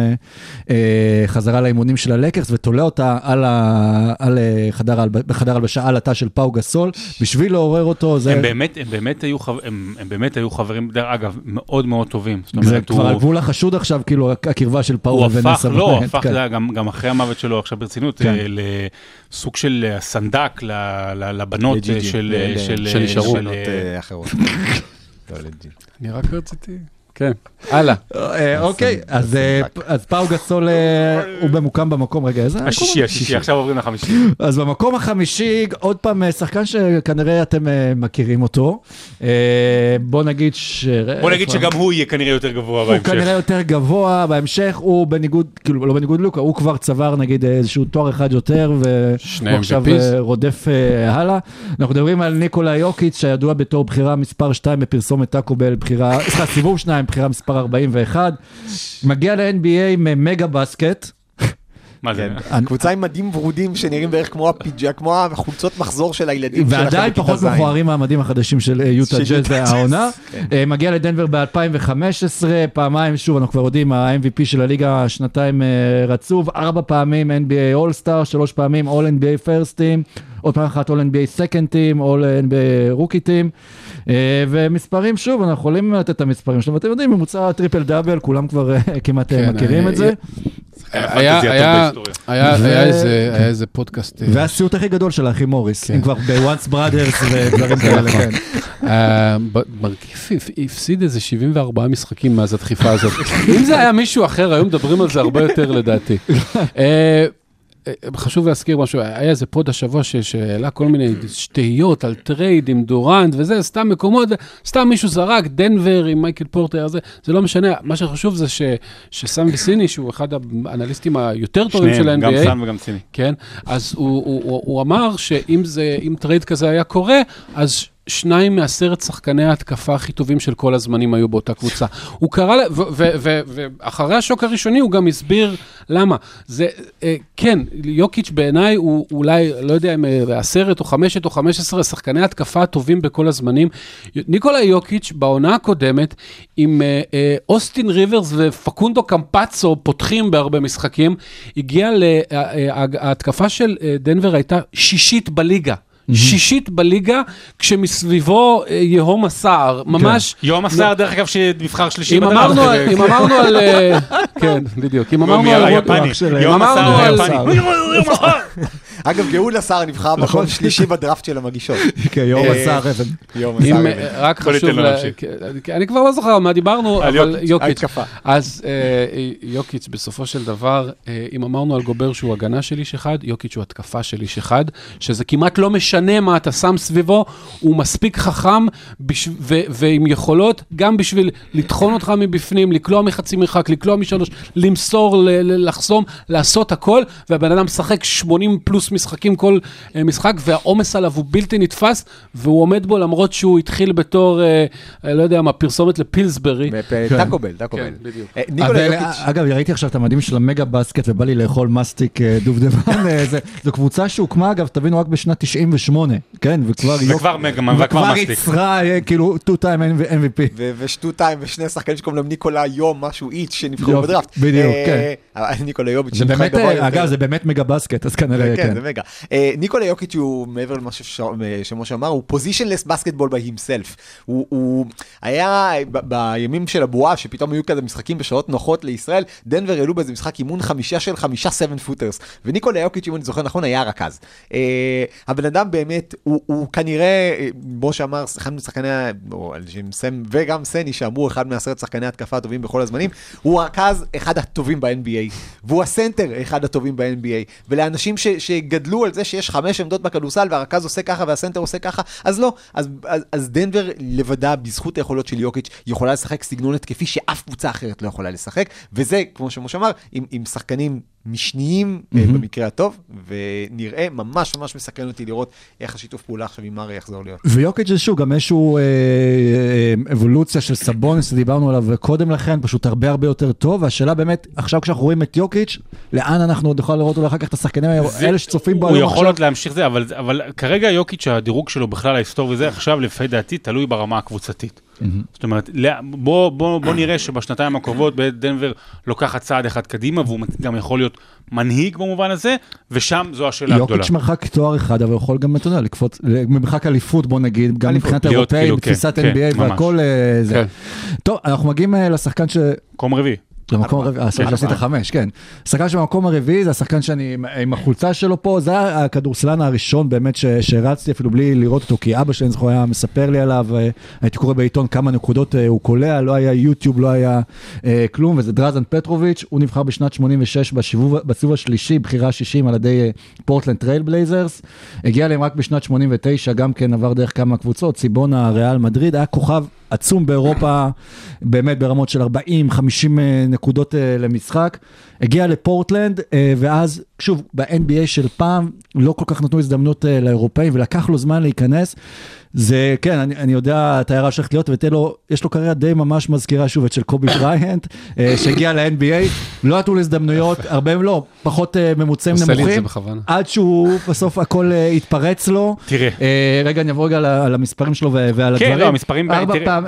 חזרה לאימונים של הלייקרס, ותולה אותה על, על חדר, בחדר הלבשה, על התא של פאו גסול, בשביל לעורר אותו. זה... הם, באמת, הם, באמת היו חבר, הם, הם באמת היו חברים, אגב, מאוד מאוד טובים. זה כבר על גבול החשוד עכשיו, כאילו, הקרבה של פאו ונסה. לא, הוא הפך, גם, גם אחרי המוות שלו, עכשיו ברצינות, לסוג של סנדק לבנות של נשארו. אחרות. אני רק רציתי... כן, הלאה. אוקיי, אז פאו גסול הוא במוקם במקום, רגע, איזה? השישי, השישי, עכשיו עוברים לחמישי. אז במקום החמישי, עוד פעם, שחקן שכנראה אתם מכירים אותו. בוא נגיד ש... בוא נגיד שגם הוא יהיה כנראה יותר גבוה בהמשך. הוא כנראה יותר גבוה בהמשך, הוא בניגוד, כאילו, לא בניגוד לוקה, הוא כבר צבר, נגיד, איזשהו תואר אחד יותר, והוא עכשיו רודף הלאה. אנחנו מדברים על ניקולה יוקיץ', שידוע בתור בחירה מספר שתיים בפרסומת טאקו בל, בחירה, סיבוב שניים, בחירה מספר ארבעים ואחת, מגיע ל-אן בי איי ממגה בסקט. מה זה? קבוצה עם מדים ורודים שנראים בערך כמו הפיג'ה, כמו החולצות מחזור של הילדים. ועדיין פחות מכוערים מהמדים החדשים של יוטה ג'אז והעונה. מגיע לדנבר ב-אלפיים וחמש עשרה, פעמיים, שוב, אנחנו כבר יודעים, ה-אם וי פי של הליגה שנתיים רצוף, ארבע פעמים אן בי איי All-Star, שלוש פעמים All-אן בי איי First Team, עוד פעם אחת All-אן בי איי Second Team, All-אן בי איי Rookie Team, ומספרים, שוב, אנחנו יכולים לתת את המספרים שלנו, ואתם יודעים, ממוצע טריפל דאבל, כולם כבר כמעט מכירים את זה. היה איזה פודקאסט. והסיוט הכי גדול של האחי מוריס, אם כבר ב-Once Brothers ודברים כאלה, כן. מרגיף הפסיד איזה שבעים וארבעה משחקים מאז הדחיפה הזאת. אם זה היה מישהו אחר, היום מדברים על זה הרבה יותר לדעתי. חשוב להזכיר משהו, היה איזה פוד השבוע שאלה כל מיני שתהיות על טרייד עם דורנט וזה, סתם מקומות, סתם מישהו זרק, דנבר עם מייקל פורטר, זה, זה לא משנה, מה שחשוב זה ש, שסם וסיני, שהוא אחד האנליסטים היותר טובים של ה-אן בי איי, גם סם וגם סיני. כן, אז הוא, הוא, הוא, הוא אמר שאם זה, אם טרייד כזה היה קורה, אז שניים מעשרת שחקני ההתקפה הכי טובים של כל הזמנים היו באותה קבוצה. הוא קרא, ואחרי השוק הראשוני הוא גם הסביר למה. זה, כן, יוקיץ' בעיניי הוא אולי, לא יודע אם עשרת או חמשת או חמש עשרה שחקני ההתקפה הטובים בכל הזמנים. ניקולה יוקיץ' בעונה הקודמת, עם אוסטין ריברס ופקונדו קמפצו פותחים בהרבה משחקים, הגיע להתקפה של דנבר הייתה שישית בליגה. שישית בליגה, כשמסביבו יהום הסער, ממש... יהום הסער, דרך אגב, שנבחר שלישי בדרך. אם אמרנו על... כן, בדיוק. אם אמרנו על... יהום הסער היפני. אגב, גאול הסער נבחר מקום שלישי בדראפט של המגישות. כן, יהום הסער אבן. יהום הסער אבן. רק חשוב... אני כבר לא זוכר מה דיברנו, אבל יוקיץ'. אז יוקיץ' בסופו של דבר, אם אמרנו על גובר שהוא הגנה של איש אחד, יוקיץ' הוא התקפה של איש אחד, שזה כמעט לא משנה מה אתה שם סביבו, הוא מספיק חכם ועם יכולות, גם בשביל לתחון אותך מבפנים, לקלוע מחצי מרחק, לקלוע משלוש, למסור, לחסום, לעשות הכל, והבן אדם משחק שמונים פלוס משחקים כל משחק, והעומס עליו הוא בלתי נתפס, והוא עומד בו למרות שהוא התחיל בתור, לא יודע מה, פרסומת לפילסברי. טאקובל, טאקובל. כן, בדיוק. אגב, ראיתי עכשיו את המדים של המגה בסקט, ובא לי לאכול מסטיק דובדבן, זו קבוצה שהוקמה, אגב, תבינו רק בשנת תשעים ושמונה, כן, וכבר... זה כבר מגה, וכבר מסטיק. יצרה, כאילו, two time אם וי פי. ושטו טיים, ושני שחקנים שקוראים להם ניקולה יום, משהו איץ' שנבחרו בדראפט. בדיוק, כן. ניקולה יוביץ'. אגב, זה באמת מגה בסקט, אז כנראה, כן. זה מגה. ניקולה יוקיץ' הוא, מעבר למה שמשה אמר, הוא positionless basketball by himself. הוא היה בימים של הבועה, שפתאום היו כזה משחקים בשעות נוחות לישראל, דנבר העלו באיזה משחק אימון חמישה של חמישה seven footers, וניקולה יוקיץ', אם אני זוכר נכון, היה רכז. הבן אדם באמת, הוא כנראה, בו שאמר, אחד משחקני, וגם סני, שאמרו אחד מעשרת שחקני התקפה הטובים בכל הזמנים, הוא רכז אחד הטובים ב-אן בי איי, והוא הסנטר אחד הטובים ב-אן בי איי, ולאנשים ש, שגדלו על זה שיש חמש עמדות בכדורסל, והרכז עושה ככה והסנטר עושה ככה, אז לא, אז, אז, אז דנבר לבדה, בזכות היכולות של יוקיץ', יכולה לשחק סגנון התקפי שאף קבוצה אחרת לא יכולה לשחק, וזה, כמו שמשה אמר, עם, עם שחקנים משניים mm-hmm. במקרה הטוב, ונראה ממש ממש מסכן אותי לראות איך השיתוף פעולה עכשיו עם מרי יחזור להיות. ויוקיץ' זה שוב, גם איזשהו אה, אה, אבולוציה של סבונס, דיברנו עליו קודם לכן, פשוט הרבה הרבה יותר טוב, והשאלה באמת, עכשיו כשאנחנו רואים את יוקיץ', לאן אנחנו עוד יכולים לראות אולי אחר כך את השחקנים האלה שצופים בו הוא יכול עוד להמשיך זה, אבל, אבל כרגע יוקיץ' הדירוג שלו בכלל ההיסטורי וזה, עכשיו לפי דעתי תלוי ברמה הקבוצתית. זאת אומרת, בוא, בוא, בוא נראה שבשנתיים הקרובות דנבר לוקחת צעד אחד קדימה, והוא גם יכול להיות מנהיג במובן הזה, ושם זו השאלה הגדולה. יוקיץ' מרחק תואר אחד, אבל יכול גם, אתה יודע, לקפוץ, מרחק אליפות, בוא נגיד, גם מבחינת אירופאי, בתפיסת אן בי איי והכל זה. טוב, אנחנו מגיעים לשחקן ש... מקום רביעי. למקום הרביעי, השחקן שעשית חמש, כן. השחקן שבמקום הרביעי, זה השחקן שאני, עם החולצה שלו פה, זה הכדורסלן הראשון באמת שהרצתי, אפילו בלי לראות אותו, כי אבא שלי זכור היה מספר לי עליו, הייתי קורא בעיתון כמה נקודות הוא קולע, לא היה יוטיוב, לא היה כלום, וזה דרזן פטרוביץ', הוא נבחר בשנת שמונים ושש בסיבוב השלישי, בחירה שישים על ידי פורטלנד טרייל בלייזרס, הגיע להם רק בשנת שמונים ותשע, גם כן עבר דרך כמה קבוצות, ציבונה, ריאל מדריד, היה כוכב עצום באירופה, באמת ברמות של ארבעים חמישים נקודות למשחק, הגיע לפורטלנד, ואז, שוב, ב-אן בי איי של פעם, לא כל כך נתנו הזדמנות לאירופאים, ולקח לו זמן להיכנס, זה, כן, אני, אני יודע, את הערה שהולכת להיות, ותהיה לו, יש לו קריירה די ממש מזכירה שוב, את של קובי בריינט, שהגיע ל-אן בי איי, לא נתנו להזדמנויות, הרבה הם לא, פחות ממוצעים נמוכים, עד שהוא בסוף הכל התפרץ לו. תראה. רגע, אני אעבור רגע על המספרים שלו ועל הדברים. כן, לא, המספרים... ארבע פעם,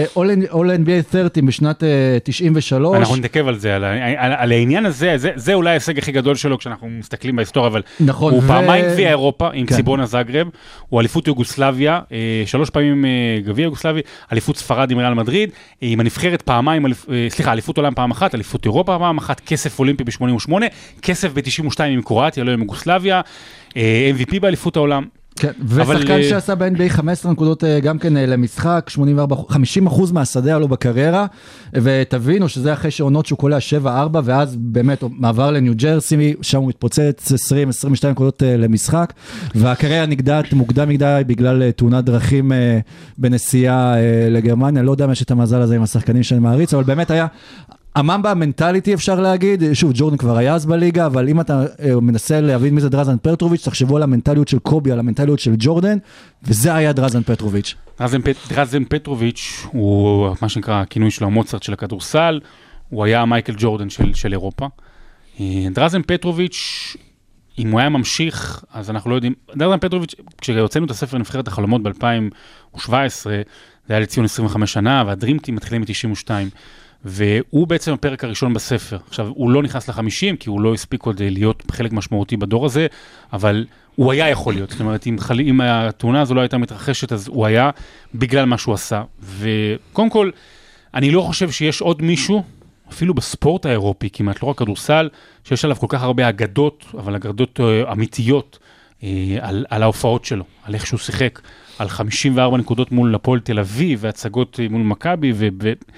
All-אן בי איי שלושים בשנת תשעים ושלוש. אנחנו נתעכב על זה, על העניין הזה, זה אולי ההישג הכי גדול שלו, כשאנחנו מסתכלים בהיסטוריה, אבל הוא פעמיים גביע אירופה עם ציבונה זאגרב, הוא אליפות יוגוסלביה, שלוש פעמים גביע יוגוסלבי, אליפות ספרד עם ריאל מדריד, עם הנבחרת פעמיים, סליחה, אליפות עולם פעם אחת, אליפות אירופה פעם אחת, כסף אולימפי ב-שמונים ושמונה, כסף ב-תשעים ושתיים עם קרואטיה, לא עם יוגוסלביה, אם וי פי באליפות העולם. כן, ושחקן שעשה ב-אן בי איי חמש עשרה נקודות גם כן למשחק, שמונים וארבע, חמישים אחוז מהשדה עלו בקריירה, ותבינו שזה אחרי שעונות שהוא קולע שבע ארבע, ואז באמת מעבר לניו ג'רסי, שם הוא מתפוצץ עשרים עשרים ושתיים נקודות למשחק, והקריירה נגדעת מוקדם מדי בגלל תאונת דרכים בנסיעה לגרמניה, לא יודע מה יש את המזל הזה עם השחקנים שאני מעריץ, אבל באמת היה... הממבה המנטליטי אפשר להגיד, שוב, ג'ורדן כבר היה אז בליגה, אבל אם אתה מנסה להבין מי זה דרזן פטרוביץ', תחשבו על המנטליות של קובי, על המנטליות של ג'ורדן, וזה היה דרזן פטרוביץ'. דרזן, פט, דרזן פטרוביץ' הוא, מה שנקרא, הכינוי שלו, המוצרט של הכדורסל, הוא היה מייקל ג'ורדן של, של אירופה. דרזן פטרוביץ', אם הוא היה ממשיך, אז אנחנו לא יודעים, דרזן פטרוביץ', כשהוצאנו את הספר נבחרת החלומות ב-אלפיים שבע עשרה, זה היה לציון עשרים וחמש שנה, והדרימטים מתחילים מ-תשעים ושתיים. והוא בעצם הפרק הראשון בספר. עכשיו, הוא לא נכנס לחמישים, כי הוא לא הספיק עוד להיות חלק משמעותי בדור הזה, אבל הוא היה יכול להיות. זאת אומרת, אם, חל... אם התאונה הזו לא הייתה מתרחשת, אז הוא היה בגלל מה שהוא עשה. וקודם כל, אני לא חושב שיש עוד מישהו, אפילו בספורט האירופי, כמעט לא רק כדורסל, שיש עליו כל כך הרבה אגדות, אבל אגדות uh, אמיתיות, uh, על, על ההופעות שלו, על איך שהוא שיחק, על חמישים וארבע נקודות מול הפועל תל אביב, והצגות מול מכבי, ו...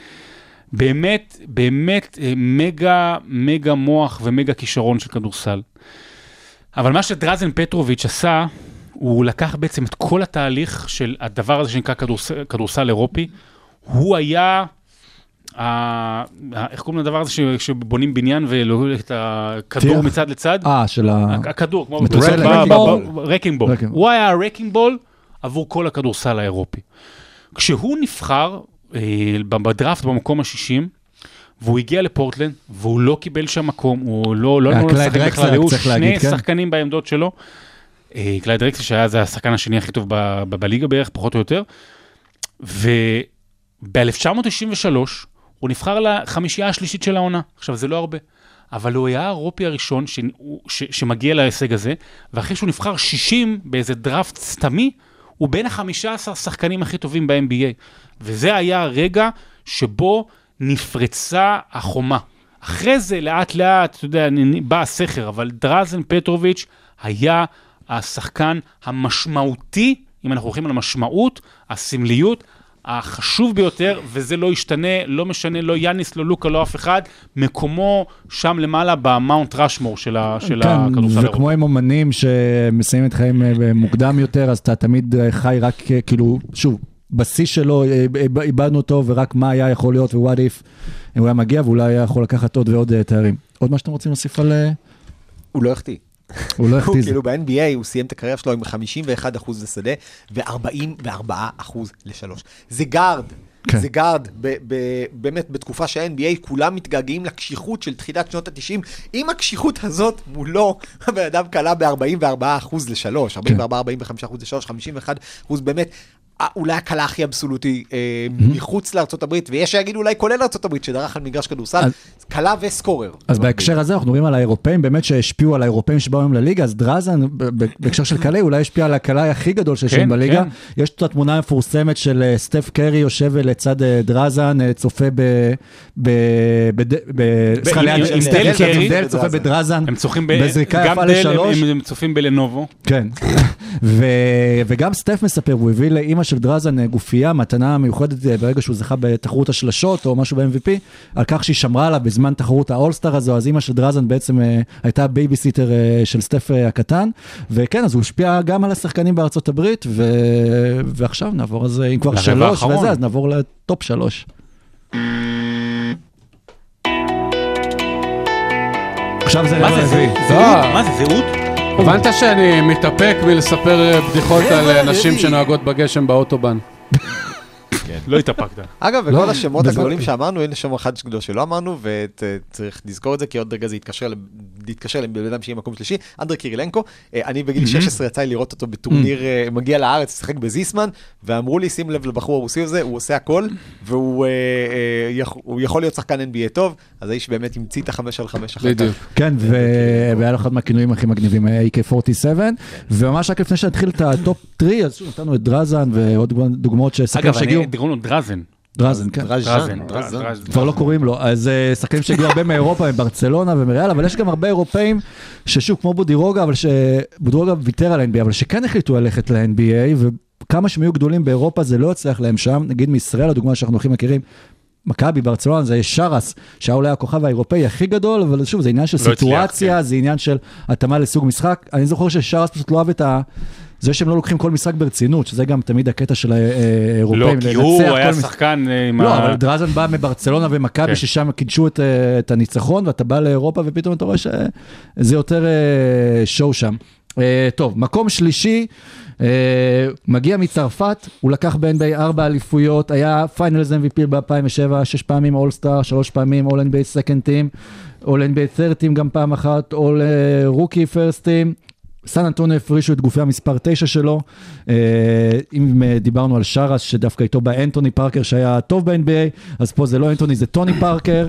באמת, באמת מגה, מגה מוח ומגה כישרון של כדורסל. אבל מה שדרזן פטרוביץ' עשה, הוא לקח בעצם את כל התהליך של הדבר הזה שנקרא כדורסל, כדורסל אירופי. הוא היה, ה, איך קוראים לדבר הזה שבונים בניין ולא את הכדור מצד לצד? אה, של ה... הכדור, כמו... רקינג בול. הוא היה הרקינג בול עבור כל הכדורסל האירופי. כשהוא נבחר, בדראפט במקום ה-שישים, והוא הגיע לפורטלנד, והוא לא קיבל שם מקום, הוא לא לא לשחק בכלל, היו שני שחקנים בעמדות שלו, קלייד דרקסלר שהיה זה השחקן השני הכי טוב בליגה בערך, פחות או יותר, וב-אלף תשע מאות תשעים ושלוש הוא נבחר לחמישייה השלישית של העונה, עכשיו זה לא הרבה, אבל הוא היה האירופי הראשון ש... ש... שמגיע להישג הזה, ואחרי שהוא נבחר שישים באיזה דראפט סתמי, הוא בין ה-חמישה עשר שחקנים הכי טובים ב-אן בי איי. וזה היה הרגע שבו נפרצה החומה. אחרי זה, לאט לאט, אתה יודע, בא הסכר, אבל דרזן פטרוביץ' היה השחקן המשמעותי, אם אנחנו הולכים על המשמעות, הסמליות, החשוב ביותר, וזה לא ישתנה, לא משנה, לא יאניס, לא לוקה, לא אף אחד, מקומו שם למעלה במאונט רשמור של הכדורסל האירופי. וכמו עם אומנים שמסיימים את חיים מוקדם יותר, אז אתה תמיד חי רק, כאילו, שוב, בשיא שלו, איבדנו אותו, ורק מה היה יכול להיות, ו-what if, הוא היה מגיע, ואולי היה יכול לקחת עוד ועוד תארים. עוד מה שאתם רוצים להוסיף על... הוא לא החטיא. הוא לא החטיא. כאילו ב-אן בי איי הוא סיים את הקריירה שלו עם חמישים ואחד אחוז לשדה ו-ארבעים וארבעה אחוז לשלוש. זה גארד. זה גארד, באמת בתקופה שה-אן בי איי כולם מתגעגעים לקשיחות של תחילת שנות ה-תשעים, עם הקשיחות הזאת מולו, הבן אדם קלה ב-ארבעים וארבעה אחוז לשלוש, ארבעים וארבעה ארבעים וחמישה אחוז לשלוש, חמישים ואחד אחוז באמת, אולי הקלה הכי אבסולוטי מחוץ לארצות הברית, ויש שיגיד אולי כולל ארצות הברית, שדרך על מגרש כדורסל, קלה וסקורר. אז בהקשר הזה אנחנו מדברים על האירופאים, באמת שהשפיעו על האירופאים שבאו היום לליגה, אז דרזן, בהקשר של קלה, אולי השפיע על הקלה הכי גדול שיש שם בליגה. יש את התמונה המפורסמת של סטף קרי יושב לצד דרזן, צופה ב... צופה בדרזן, בזריקה יפה לשלוש. הם צופים בלנובו. כן. וגם סטף מספר, הוא הביא לאמא של דרזן גופייה, מתנה מיוחדת ברגע שהוא זכה בתחרות השלשות או משהו ב-אם וי פי, על כך שהיא שמרה לה בזמן תחרות האולסטאר הזו, אז אמא של דרזן בעצם הייתה בייביסיטר של סטף הקטן, וכן, אז הוא השפיע גם על השחקנים בארצות הברית, ועכשיו נעבור, אז אם כבר שלוש וזה, אז נעבור לטופ שלוש. עכשיו זה מה זה? מה זה? זהות? הבנת שאני מתאפק מלספר בדיחות על נשים שנוהגות בגשם באוטובן. לא התאפקת. אגב, וכל השמות הגדולים שאמרנו, אין שם אחד גדול שלא אמרנו, וצריך לזכור את זה, כי עוד רגע זה יתקשר לבן אדם שיהיה מקום שלישי. אנדרי קירילנקו, אני בגיל שש עשרה יצא לי לראות אותו בטורניר, מגיע לארץ, שחק בזיסמן, ואמרו לי, שים לב לבחור הרוסי הזה, הוא עושה הכל, והוא יכול להיות שחקן אן בי איי טוב, אז האיש באמת המציא את החמש על חמש אחר כך. כן, והיה לו אחד מהכינויים הכי מגניבים, היה איי קיי ארבעים ושבע, וממש רק לפני שנתחיל את הטופ שלוש, אז נתנו את דרזן ועוד דוגמאות ששחקנים שהגיעו. דרון דרזן. דרזן, כן. דרזן. כבר לא קוראים לו. אז שחקנים שהגיעו הרבה מאירופה, מברצלונה ומריאל, אבל יש גם הרבה אירופאים ששוב, כמו בודירוגה, אבל שבודירוגה ויתר על ה-אן בי איי, אבל שכן החליטו ללכת ל-אן בי איי, וכמה שהם היו גדולים באירופה, זה לא הצליח להם שם. נגיד מישראל, הדוגמה שאנחנו הכי מכירים, מכבי ברצלונה, זה שרס, שהיה אולי הכוכב האירופאי הכי גדול, אבל שוב, זה עניין של סיטואציה, זה עניין של התאמה לסוג משחק. אני זוכר ששרס פשוט לא אוהב את ה... זה שהם לא לוקחים כל משחק ברצינות, שזה גם תמיד הקטע של האירופאים. לא, כי הוא היה שחקן עם ה... לא, אבל דרזן בא מברצלונה ומכבי, ששם קידשו את הניצחון, ואתה בא לאירופה, ופתאום אתה רואה שזה יותר שואו שם. טוב, מקום שלישי, מגיע מצרפת, הוא לקח ב-אן בי איי ארבע אליפויות, היה פיינלס אם וי פי ב-אלפיים ושבע, שש פעמים אולסטאר, שלוש פעמים אול אן בי איי סקנד טים, אול אן בי איי ת'רד טים גם פעם אחת, אול רוקי פרסט טים, סן אנטוניו הפרישו את גופי המספר תשע שלו, אם דיברנו על שרס שדווקא איתו בא אנטוני פארקר שהיה טוב ב-אן בי איי, אז פה זה לא אנטוני, זה טוני פארקר,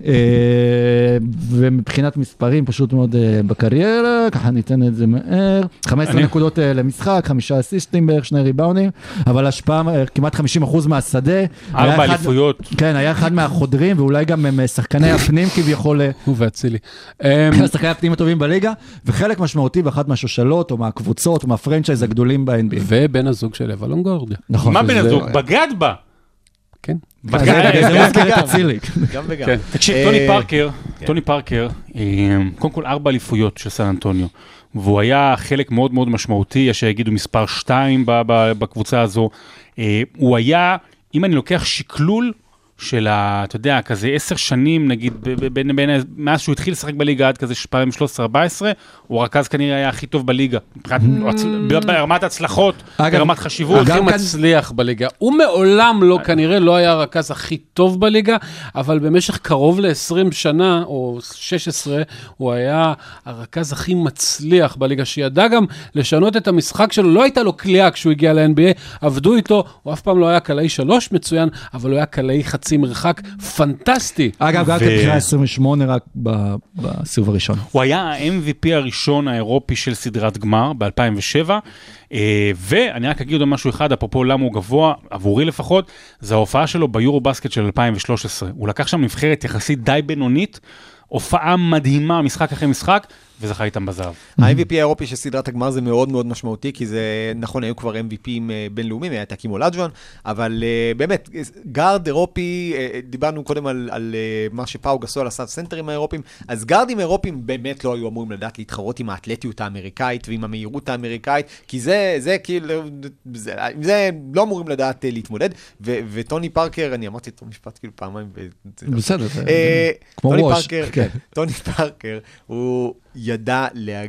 ומבחינת מספרים פשוט מאוד בקריירה, ככה ניתן את זה מהר, חמש עשרה נקודות למשחק, חמישה אסיסטים בערך, שני ריבאונים, אבל השפעה כמעט חמישים אחוז מהשדה, ארבע אליפויות. כן, היה אחד מהחודרים, ואולי גם הם שחקני הפנים כביכול, הוא והצילי. שחקני הפנים הטובים בליגה, וחלק משמעותי באחת מהשושלות, או מהקבוצות, או מהפרנצ'ייז הגדולים ב-אן בי איי. ובן הזוג של אבה לונגורדיה. נכון. מה בן הזוג? בגד בה. כן. זה מזכיר את הצילי. גם וגם. תקשיב, טוני פארקר, טוני פארקר, קודם כל ארבע אליפויות של סן אנטוניו, והוא היה חלק מאוד מאוד משמעותי, יש שיגידו מספר שתיים בקבוצה הזו. הוא היה, אם אני לוקח שקלול, של, אתה יודע, כזה עשר שנים, נגיד, בין, בין, מאז שהוא התחיל לשחק בליגה עד כזה שפעמים שלוש עשרה ארבע עשרה, הוא רכז כנראה היה הכי טוב בליגה, ברמת הצלחות, ברמת חשיבות. הכי מצליח בליגה. הוא מעולם לא, כנראה לא היה הרכז הכי טוב בליגה, אבל במשך קרוב ל-עשרים שנה, או שש עשרה, הוא היה הרכז הכי מצליח בליגה, שידע גם לשנות את המשחק שלו, לא הייתה לו קליעה כשהוא הגיע ל-אן בי איי, עבדו איתו, הוא אף פעם לא היה קלעי שלוש מצוין, אבל הוא היה קלעי חצי עם מרחק פנטסטי. אגב, גם כבחירה עשרים ושמונה רק בסיבוב הראשון. הוא היה ה-אם וי פי הראשון האירופי של סדרת גמר ב-אלפיים ושבע, ואני רק אגיד עוד משהו אחד, אפרופו למה הוא גבוה, עבורי לפחות, זה ההופעה שלו ביורו בסקט של אלפיים ושלוש עשרה. הוא לקח שם נבחרת יחסית די בינונית, הופעה מדהימה, משחק אחרי משחק, וזכה איתם בזהב. ה-אם וי פי האירופי של סדרת הגמר זה מאוד מאוד משמעותי, כי זה, נכון, היו כבר אם וי פי'ים בינלאומיים, היה תקים אולג'ואן, אבל באמת, גארד אירופי, דיברנו קודם על, על מה שפאו גסול עשה סנטרים האירופיים, אז גארדים אירופיים באמת לא היו אמורים לדעת להתחרות עם האתלטיות האמריקאית ועם המהירות האמריקאית, כי זה, זה כאילו, זה, זה לא אמורים לדעת להתמודד, ו, וטוני פארקר, אני אמרתי את המשפט כאילו פעמיים, בסדר, כמו ראש. טוני פארקר, הוא ידע,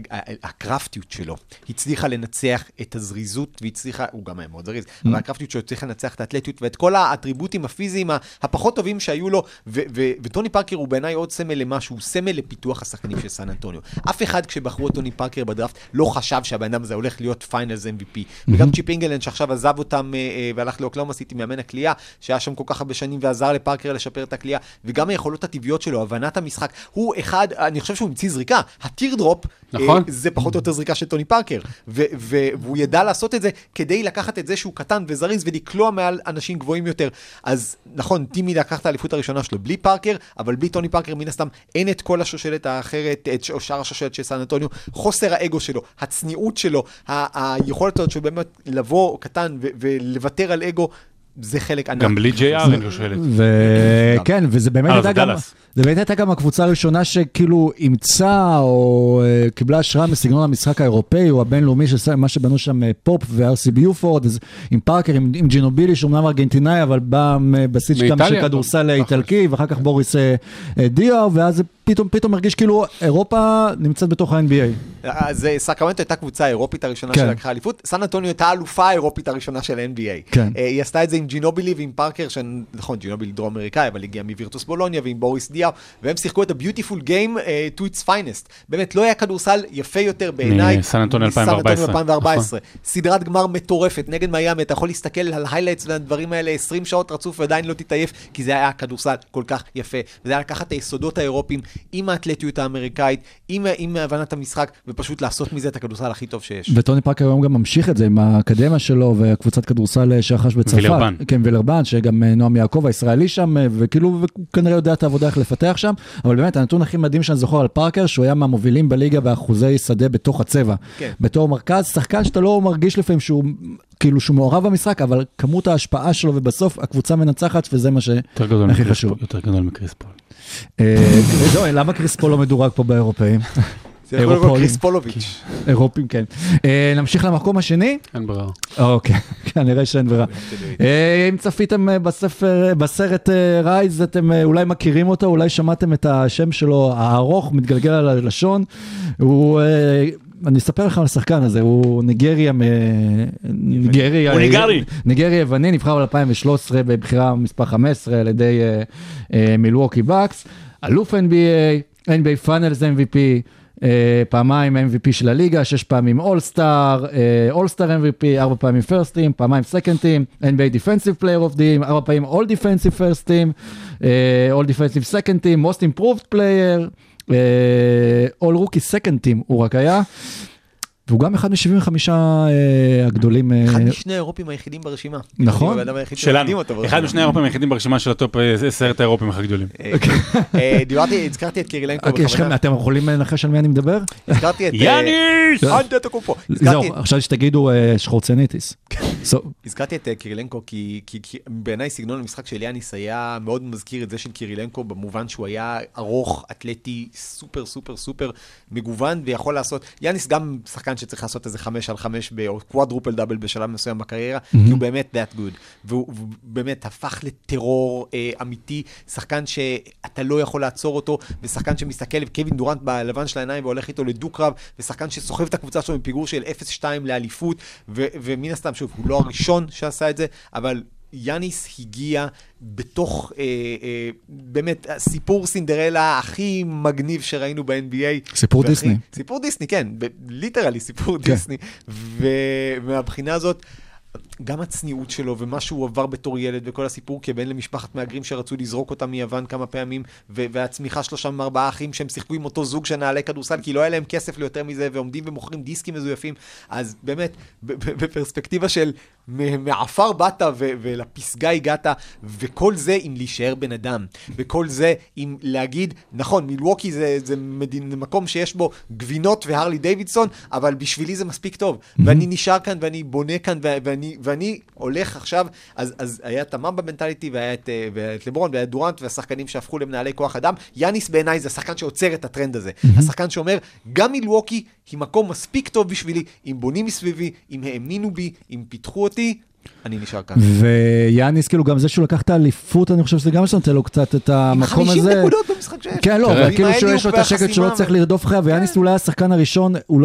הקרפטיות שלו, הצליחה לנצח את הזריזות, והצליחה, הוא גם היה מאוד זריז, אבל הקרפטיות שלו הצליחה לנצח את האתלטיות, ואת כל האטריבוטים הפיזיים הפחות טובים שהיו לו, וטוני פארקר הוא בעיניי עוד סמל למשהו, הוא סמל לפיתוח השחקנים של סן אנטוניו. אף אחד כשבחרו את טוני פארקר בדראפט, לא חשב שהבן אדם הזה הולך להיות פיינלס אם וי פי. וגם צ'יפ אינגלנד שעכשיו עזב אותם, והלך לאוקלהומה סיטי, מאמן הקליעה, שהיה שם כל כך הרבה שנים ועזר לפארקר לשפר את הקליעה, וגם היכולות הטבעיות שלו, הבנת המשחק. הוא אחד, אני חושב שהוא המציא זריקה. הטירדרופ, נכון. זה פחות או יותר זריקה של טוני פארקר, ו- ו- והוא ידע לעשות את זה כדי לקחת את זה שהוא קטן וזריז ולקלוע מעל אנשים גבוהים יותר. אז נכון, טימי לקח את האליפות הראשונה שלו בלי פארקר, אבל בלי טוני פארקר מן הסתם אין את כל השושלת האחרת, את שאר השושלת של סן אנטוניו, חוסר האגו שלו, הצניעות שלו, ה- היכולת הזאת שהוא באמת לבוא קטן ו- ולוותר על אגו, זה חלק ענק. גם בלי ג'יי אר אין לו שאלת. וכן, וזה באמת הייתה גם, זה באמת הייתה גם הקבוצה הראשונה שכאילו אימצה או קיבלה השראה מסגנון המשחק האירופאי או הבינלאומי של מה שבנו שם פופ ו-אר סי ביופורד, אז עם פארקר, עם ג'ינובילי, שאומנם ארגנטינאי, אבל בא בסיס גם של כדורסל איטלקי, ואחר כך בוריס דיאר, ואז פתאום פתאום מרגיש כאילו אירופה נמצאת בתוך ה-אן בי איי. אז סאקרמנטו הייתה קבוצה האירופית הראשונה של לקחה אליפות, סן אנטוניו הייתה האלופה האירופית הראשונה של ה-אן בי איי. היא עשתה את זה עם ג'ינובילי ועם פארקר, נכון, ג'ינובילי דרום אמריקאי, אבל הגיע מווירטוס בולוניה ועם בוריס דיאר, והם שיחקו את ה-Beautiful Game to its finest. באמת, לא היה כדורסל יפה יותר בעיניי מסן אנטוניו אלפיים וארבע עשרה. סדרת גמר מטורפת נגד מיאמי, אתה יכול להסתכל על highlights והדברים האלה עשרים שעות רצוף ועדיין לא תתעייף, כי זה היה כדורסל כל כך יפה. וזה היה לקחת את היסודות האירופיים עם האתלטיות האמריקאית, עם, עם הבנת המשחק, ופשוט לעשות מזה את הכדורסל הכי טוב שיש. וטוני פארקר היום גם ממשיך את זה עם האקדמיה שלו והקבוצת כדורסל שרכש בצרפת. וילרבן. כן, וילרבן, שגם נועם יעקב הישראלי שם, וכאילו, וכנראה יודע את העבודה איך לפתח שם, אבל באמת, הנתון הכי מדהים שאני זוכר על פארקר, שהוא היה מהמובילים בליגה באחוזי שדה בתוך הצבע. כן. בתור מרכז, שחקן שאתה לא מרגיש לפעמים שהוא, כאילו שהוא מעורב במשחק, אבל כמות ההשפעה שלו, ובסוף הקבוצה מנצחת, וזה מה שהכי חשוב. יותר גדול מקריס פול. למה קריס פול לא מדורג פה באירופאים? זה יכול להיות קריס פולוביץ'. אירופים, כן. נמשיך למקום השני? אין ברירה. אוקיי, כנראה שאין ברירה. אם צפיתם בסרט רייז, אתם אולי מכירים אותו, אולי שמעתם את השם שלו הארוך, מתגלגל על הלשון. הוא... אני אספר לך על השחקן הזה, הוא ניגריה, ניגרי, הוא ניגרי. ניגרי יווני, נבחר ב-אלפיים ושלוש עשרה בבחירה מספר חמש עשרה על ידי מילווקי בקס, אלוף אן בי איי, אן בי איי פיינלס אם וי פי, פעמיים אם וי פי של הליגה, שש פעמים אול-סטאר, אול-סטאר אם וי פי, ארבע פעמים פרסט טים, פעמיים סקנד טים, אן בי איי דיפנסיב פלייר אוף דים, ארבע פעמים אול דיפנסיב פרסט טים, אול דיפנסיב סקנד טים, מוסט אימפרובד פלייר, אול רוקי סקנד טים הוא רק היה, והוא גם אחד מ-שבעים וחמישה הגדולים. אחד משני האירופים היחידים ברשימה. נכון. שלנו. אחד משני האירופים היחידים ברשימה של הטופ עשרת האירופים הכי גדולים. דיברתי, הזכרתי את קירילנקו בכוונה. אתם יכולים לנחש על מי אני מדבר? הזכרתי את... יאניס! אנטטוקומפו. זהו, עכשיו שתגידו שחורצניטיס. הזכרתי את קירילנקו כי בעיניי סגנון המשחק של יאניס היה מאוד מזכיר את זה של קירילנקו, במובן שהוא היה ארוך, אתלטי, סופר סופר סופר מגוון, ויכול לעשות... יאניס גם שחקן שצריך לעשות איזה חמש על חמש, או קוואדרופל דאבל בשלב מסוים בקריירה, כי הוא באמת that good, והוא באמת הפך לטרור אמיתי, שחקן שאתה לא יכול לעצור אותו, ושחקן שמסתכל קווין דורנט בלבן של העיניים והולך איתו לדו-קרב, ושחקן שסוחב את הקבוצה שלו מפיגור של אפס שתיים לאליפות, ומן הסתם, שוב, הוא לא הראשון שעשה את זה, אבל יאניס הגיע בתוך, אה, אה, באמת, סיפור סינדרלה הכי מגניב שראינו ב-אן בי איי. סיפור והכי, דיסני. סיפור דיסני, כן, ליטרלי סיפור כן. דיסני, ומהבחינה הזאת, גם הצניעות שלו ומה שהוא עבר בתור ילד וכל הסיפור כבן למשפחת מהגרים שרצו לזרוק אותם מיוון כמה פעמים ו- והצמיחה שלו שם עם ארבעה אחים שהם שיחקו עם אותו זוג שנעלי כדורסל כי לא היה להם כסף ליותר מזה ועומדים ומוכרים דיסקים מזויפים. אז באמת בפרספקטיבה של מעפר באת ו- ולפסגה הגעת וכל זה עם להישאר בן אדם וכל זה עם להגיד נכון מילווקי זה, זה מדין, מקום שיש בו גבינות והרלי דיווידסון אבל בשבילי זה מספיק טוב mm-hmm. ואני נשאר כאן ואני בונה כאן ו- ואני ואני הולך עכשיו, אז, אז היה את הממבה מנטליטי, והיה את, ואת לברון, והיה דורנט, והשחקנים שהפכו למנהלי כוח אדם. יאניס בעיניי זה השחקן שעוצר את הטרנד הזה. Mm-hmm. השחקן שאומר, גם מילווקי היא מקום מספיק טוב בשבילי, אם בונים מסביבי, אם האמינו בי, אם פיתחו אותי, אני נשאר כאן. ויאניס, כאילו, גם זה שהוא לקח את האליפות, אני חושב שזה גם שנותן לו קצת את המקום הזה. עם חמישים נקודות במשחק שיש. כן, לא, אבל כאילו שיש לו את השקט שלא צריך לרדוף אחריה, ויאניס אולי השחקן הראשון, הוא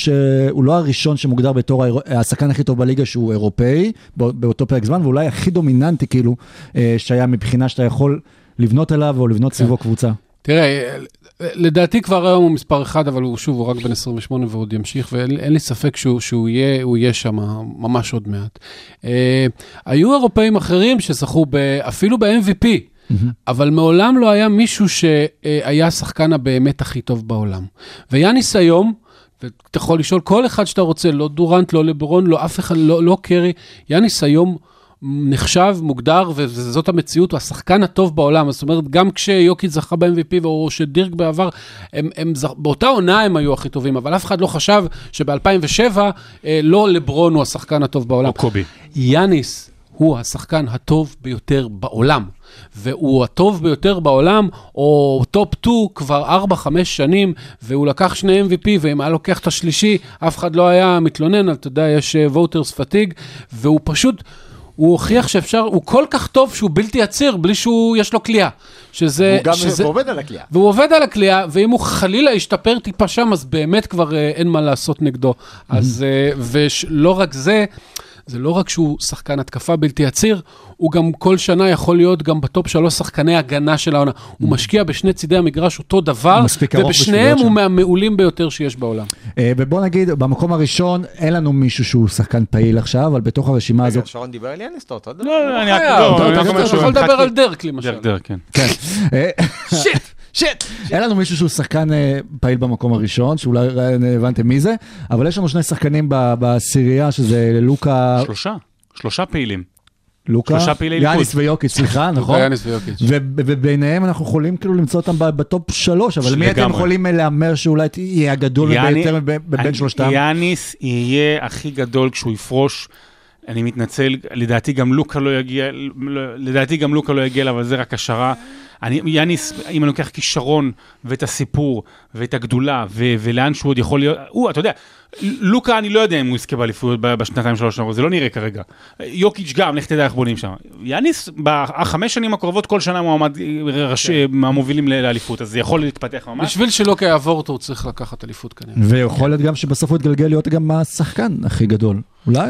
לא הראשון שמוגדר בתור השחקן הכי טוב בליגה שהוא אירופאי, באותו פרק זמן, ואולי הכי דומיננטי, כאילו, שהיה מבחינה שאתה יכול לבנות אליו, או לבנות סביבו קבוצה. תראה, לדעתי כבר היום הוא מספר אחד, אבל הוא שוב, הוא רק בן עשרים ושמונה והוא עוד ימשיך, ואין לי ספק שהוא, שהוא יהיה, הוא יהיה שם ממש עוד מעט. אה, היו אירופאים אחרים שזכו ב, אפילו ב-אם וי פי, mm-hmm. אבל מעולם לא היה מישהו שהיה השחקן הבאמת הכי טוב בעולם. ויאניס היום, ואתה יכול לשאול כל אחד שאתה רוצה, לא דורנט, לא לברון, לא אף אחד, לא, לא קרי, יאניס היום נחשב, מוגדר, וזאת המציאות, הוא השחקן הטוב בעולם. זאת אומרת, גם כשיוקיץ' זכה ב-אם וי פי, או שדירק בעבר, הם, הם, באותה עונה הם היו הכי טובים, אבל אף אחד לא חשב שב-אלפיים ושבע, לא לברון הוא השחקן הטוב בעולם. או קובי. יאניס הוא השחקן הטוב ביותר בעולם, והוא הטוב ביותר בעולם, או טופ שתיים כבר ארבע חמש שנים, והוא לקח שני אם וי פי, ואם היה לוקח את השלישי, אף אחד לא היה מתלונן, אתה יודע, יש voters fatigue, והוא פשוט... הוא הוכיח שאפשר, הוא כל כך טוב שהוא בלתי עציר, בלי שהוא יש לו כלייה. שזה, הוא גם שזה, עובד על הכלייה. והוא עובד על הכלייה, ואם הוא חלילה ישתפר טיפה שם, אז באמת כבר אה, אין מה לעשות נגדו. אז, אה, ולא רק זה, זה לא רק שהוא שחקן התקפה בלתי עציר, הוא גם כל שנה יכול להיות גם בטופ שלוש שחקני הגנה של העונה. הוא משקיע בשני צידי המגרש אותו דבר, ובשניהם הוא מהמעולים ביותר שיש בעולם. ובוא נגיד, במקום הראשון, אין לנו מישהו שהוא שחקן פעיל עכשיו, אבל בתוך הרשימה הזאת... רגע, שרון דיבר על יאניס, אתה יודע? לא, אני אתה יכול לדבר על דרק, למשל. דרק, כן. שיט! שיט! אין לנו מישהו שהוא שחקן פעיל במקום הראשון, שאולי הבנתם מי זה, אבל יש לנו שני שחקנים בעשירייה, שזה לוקה... שלושה, שלושה פעילים. לוקה, יאניס ויוקיץ', סליחה, נכון? יאניס ויוקיץ'. וביניהם אנחנו יכולים כאילו למצוא אותם בטופ שלוש, אבל מי אתם יכולים לאמר שאולי יהיה הגדול ביותר בין שלושתם? יאניס יהיה הכי גדול כשהוא יפרוש, אני מתנצל, לדעתי גם לוקה לא יגיע, לדעתי גם לוקה לא יגיע, אבל זה רק השערה. אני, יאניס, אם אני לוקח כישרון ואת הסיפור ואת הגדולה ו- ולאן שהוא עוד יכול להיות, הוא, אתה יודע, לוקה אני לא יודע אם הוא יזכה באליפויות בשנתיים שלוש שנים, זה לא נראה כרגע. יוקיץ' גם, לך תדע איך בונים שם. יאניס, בחמש שנים הקרובות כל שנה מועמד מהמובילים לאליפות, אז זה יכול להתפתח ממש. בשביל שלוקה יעבור אותו, הוא צריך לקחת אליפות כנראה. ויכול להיות גם שבסוף הוא יתגלגל להיות גם השחקן הכי גדול. אולי?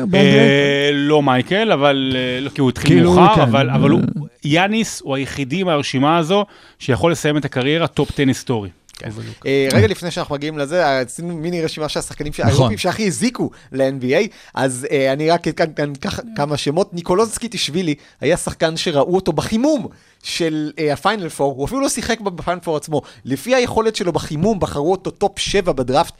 לא מייקל, אבל, כי הוא התחיל מאוחר, אבל יאניס הוא היחידי מהרשימה הזו שיכול לסיים את הקריירה טופ עשר היסטורי. רגע לפני שאנחנו מגיעים לזה, עשינו מיני רשימה של השחקנים האירופים שהכי הזיקו ל-אן בי איי, אז אני רק כאן כמה שמות. ניקולוז סקיטישווילי היה שחקן שראו אותו בחימום של הפיינל פור, הוא אפילו לא שיחק בפיינל פור עצמו, לפי היכולת שלו בחימום בחרו אותו טופ שבע בדראפט,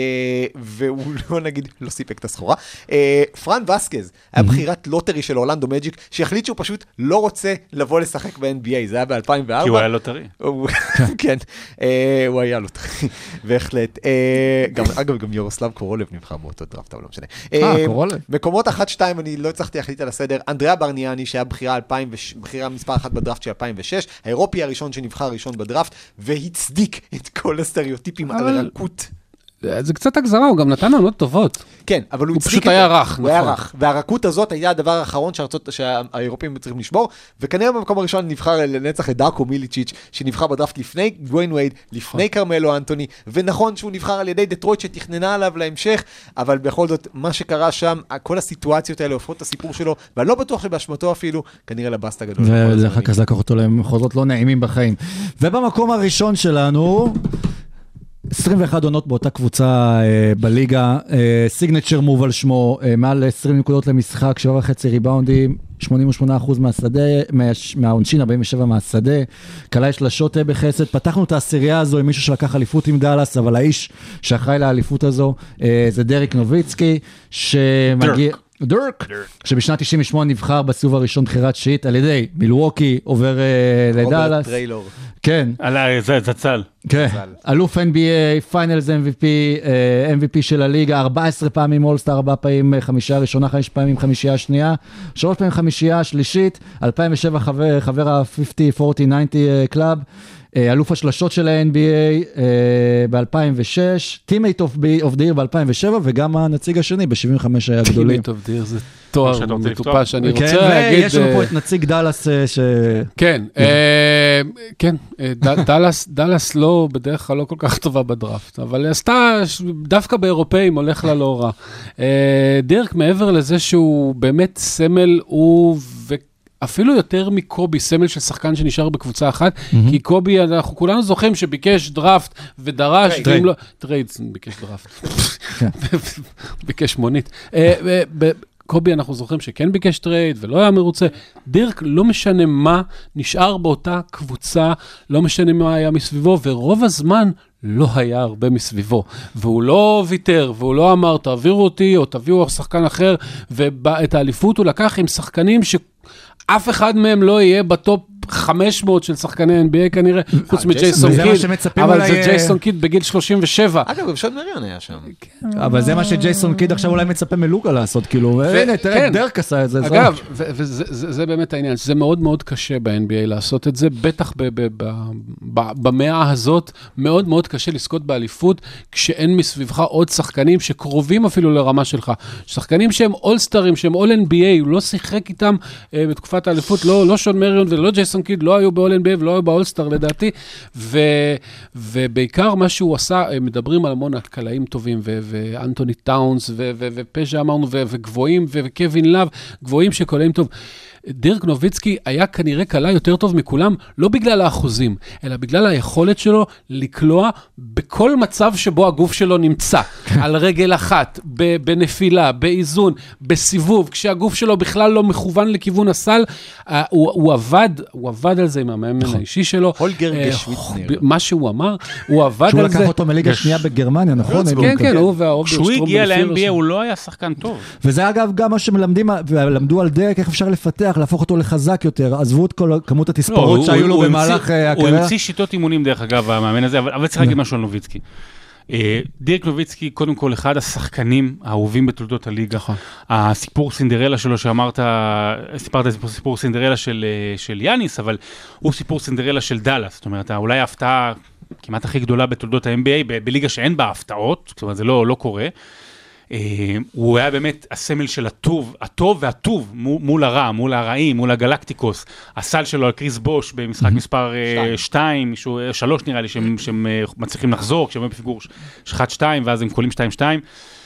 והוא לא נגיד, לא סיפק את הסחורה. פרן וסקז היה בחירת לוטרי של אורלנדו מג'יק, שהחליט שהוא פשוט לא רוצה לבוא לשחק ב-אן בי איי, זה היה ב-אלפיים וארבע. כי הוא היה לוטרי. כן, הוא היה לוטרי, בהחלט. אגב, גם יורוסלב קורולב נבחר באותו דראפט, אבל לא משנה. אה, קורולב. מקומות אחת, שתיים, אני לא הצלחתי להחליט על הסדר. אנדריאה ברניאני, שהיה בחירה מספר אחת בדראפט של אלפיים ושש, האירופי הראשון שנבחר ראשון בדראפט, והצדיק את כל הסטריאוטיפים על רכות. זה קצת הגזרה, הוא גם נתן עונות טובות. כן, אבל הוא פשוט היה רך, הוא היה רך, והרכות הזאת הייתה הדבר האחרון שהאירופים צריכים לשמור, וכנראה במקום הראשון נבחר לנצח את דארקו מיליצ'יץ', שנבחר בדראפט לפני דוויין וייד, לפני קרמלו אנטוני, ונכון שהוא נבחר על ידי דטרויט שתכננה עליו להמשך, אבל בכל זאת, מה שקרה שם, כל הסיטואציות האלה הופכות את הסיפור שלו, ואני לא בטוח שבאשמתו אפילו, כנראה לבאסט הגדול. וזה אחר כך לקח אותו למחוזות לא נעימים בחיים. ובמקום הראשון שלנו, עשרים ואחת עונות באותה קבוצה אה, בליגה, סיגנצ'ר מוב על שמו, אה, מעל עשרים נקודות למשחק, שבע וחצי ריבאונדים, שמונים ושמונה אחוז מהשדה, מה, מהעונשין, ארבעים ושבע מהשדה, קלה יש לשוט בחסד, פתחנו את העשירייה הזו עם מישהו שלקח אליפות עם דלס, אבל האיש שאחראי לאליפות הזו, אה, זה דריק נוביצקי, שמגיע... דרק, שבשנת תשעים ושמונה נבחר בסיבוב הראשון בחירת שיעית על ידי מילווקי, עובר לדלס. רוברט טריילור. כן. זה זצל. כן. אלוף אן בי איי, פיינלס אם וי פי, אם וי פי של הליגה, ארבע עשרה פעמים אולסטאר, ארבע פעמים חמישייה ראשונה, חמש פעמים חמישייה שנייה, שלוש פעמים חמישייה שלישית, אלפיים ושבע חבר, חבר ה-חמישים ארבעים תשעים קלאב, אלוף השלשות של ה-אן בי איי ב-אלפיים ושש, טימייט אוף דה עיר ב-אלפיים ושבע, וגם הנציג השני ב-שבעים וחמש הגדולים. טימייט אוף דה עיר זה תואר מטופש, אני כן, רוצה להגיד... ויש לנו פה את נציג דלס ש... כן, כן, דלס, דלס לא, בדרך כלל לא כל כך טובה בדראפט, אבל עשתה, דווקא באירופאים הולך לה לא רע. דירק, מעבר לזה שהוא באמת סמל, הוא... אפילו יותר מקובי, סמל של שחקן שנשאר בקבוצה אחת, mm-hmm. כי קובי, אנחנו כולנו זוכרים שביקש דראפט ודרש, טרייד, לא... טרייד ביקש דראפט, ביקש מונית. קובי אנחנו זוכרים שכן ביקש טרייד ולא היה מרוצה. דירק לא משנה מה, נשאר באותה קבוצה, לא משנה מה היה מסביבו, ורוב הזמן לא היה הרבה מסביבו, והוא לא ויתר, והוא לא אמר, תעבירו אותי, או תביאו שחקן אחר, ואת האליפות הוא לקח עם שחקנים ש... אף אחד מהם לא יהיה בטופ חמש מאות של שחקני אן בי איי כנראה, חוץ מג'ייסון קיד, אבל זה ג'ייסון קיד בגיל שלושים ושבע. אגב, אפשר מריון היה שם. אבל זה מה שג'ייסון קיד עכשיו אולי מצפה מלוקה לעשות, כאילו, הנה, תראה, דרק עשה את זה. אגב, וזה באמת העניין, שזה מאוד מאוד קשה ב-אן בי איי לעשות את זה, בטח במאה הזאת, מאוד מאוד קשה לזכות באליפות, כשאין מסביבך עוד שחקנים שקרובים אפילו לרמה שלך. שחקנים שהם אולסטרים, שהם אול אן בי איי, הוא לא שיחק איתם בתקופת האליפות, לא שון מריון ולא ג'ייסון קיד, לא היו ב-אול אן בי איי ולא היו באולסטר לדעתי, ובעיקר מה שהוא עשה, מדברים על המון התקלעים טובים, ואנטוני טאונס, ופז'ה אמרנו, וגבוהים, וקווין לב, גבוהים שקולעים טוב. דירק נוביצקי היה כנראה קלה יותר טוב מכולם, לא בגלל האחוזים, אלא בגלל היכולת שלו לקלוע בכל מצב שבו הגוף שלו נמצא, על רגל אחת, בנפילה, באיזון, בסיבוב, כשהגוף שלו בכלל לא מכוון לכיוון הסל, הוא, הוא עבד, הוא עבד על זה עם המאמן האישי שלו. הולגר גשוויצנר. מה שהוא אמר, הוא עבד על זה. שהוא לקח אותו מליגה שנייה בגרמניה, נכון? כן, כן, הוא והאובר. כשהוא הגיע ל-אן בי איי הוא לא היה שחקן טוב. וזה אגב גם מה שמלמדים, ולמדו על דרך, איך אפשר לפתח, להפוך אותו לחזק יותר, עזבו את כל כמות התספורות שהיו לו במהלך הקריירה. הוא המציא שיטות אימונים דרך אגב, המאמן הזה, אבל צריך להגיד משהו על נוביצקי. דירק נוביצקי, קודם כל, אחד השחקנים האהובים בתולדות הליגה. הסיפור סינדרלה שלו שאמרת, סיפרת סיפור סינדרלה של יאניס, אבל הוא סיפור סינדרלה של דלס. זאת אומרת, אולי ההפתעה כמעט הכי גדולה בתולדות ה-אן בי איי, בליגה שאין בה הפתעות, זאת אומרת, זה לא קורה. הוא היה באמת הסמל של הטוב, הטוב והטוב מול הרע, מול הרעים, מול הגלקטיקוס. הסל שלו על קריס בוש במשחק מספר שתיים, שלוש נראה לי, שהם מצליחים לחזור, כשהם בפיגור אחת שתיים, ואז הם קולים שתיים שתיים.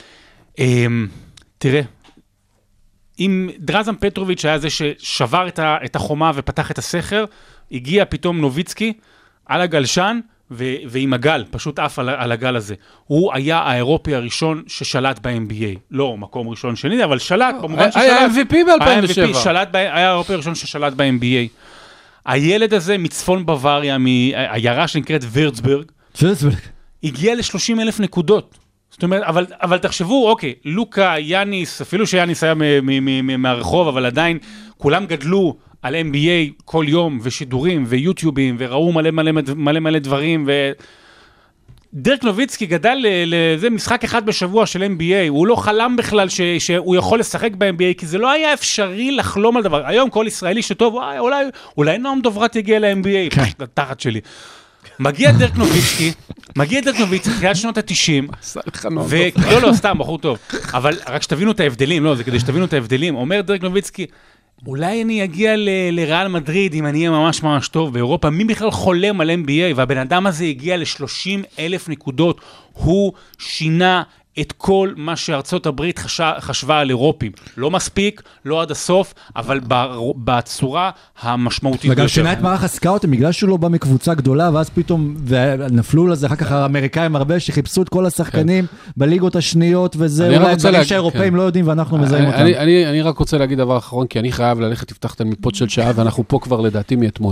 תראה, אם דרזן פטרוביץ' היה זה ששבר את החומה ופתח את הסכר, הגיע פתאום נוביצקי על הגלשן, ו- ועם הגל, פשוט אף על, על הגל הזה. הוא היה האירופי הראשון ששלט ב-אן בי איי. לא מקום ראשון שני, אבל שלט, במובן ששלט. היה אם וי פי ב-אלפיים ושבע. היה שלט, היה האירופי הראשון ששלט ב-אן בי איי. הילד הזה מצפון בוואריה, מהעיירה שנקראת וירצברג, הגיע ל-שלושים אלף נקודות. זאת אומרת, אבל, אבל תחשבו, אוקיי, לוקה, יאניס, אפילו שיאניס היה מהרחוב, אבל עדיין כולם גדלו על אן בי איי כל יום, ושידורים, ויוטיובים, וראו מלא מלא מלא מלא דברים, ו... דירק נוביצקי גדל לזה משחק אחד בשבוע של אן בי איי, הוא לא חלם בכלל ש... שהוא יכול לשחק ב-אן בי איי, כי זה לא היה אפשרי לחלום על דבר. היום כל ישראלי שטוב, וואי, אולי, אולי נועם דוברת יגיע ל-אן בי איי, תחת שלי. מגיע דירק נוביצקי, מגיע דירק נוביצקי, תחילת שנות ה-תשעים, לא, לא, סתם, בחור טוב, אבל רק שתבינו את ההבדלים, לא, זה כדי שתבינו את ההבדלים, אומר דירק נוביצקי, אולי אני אגיע לריאל מדריד, אם אני אהיה ממש ממש טוב באירופה, מי בכלל חולם על אן בי איי, והבן אדם הזה הגיע ל-שלושים אלף נקודות, הוא שינה את כל מה שארצות הברית חשבה על אירופים. לא מספיק, לא עד הסוף, אבל בצורה המשמעותית. וגם שינה את מערך הסקאוטים, בגלל שהוא לא בא מקבוצה גדולה, ואז פתאום נפלו לזה, אחר כך האמריקאים הרבה שחיפשו את כל השחקנים בליגות השניות, וזה אולי דברים שהאירופאים לא יודעים, ואנחנו מזהים אותם. אני רק רוצה להגיד דבר אחרון, כי אני חייב ללכת, תפתח מפוד של שעה, ואנחנו פה כבר לדעתי מאתמול.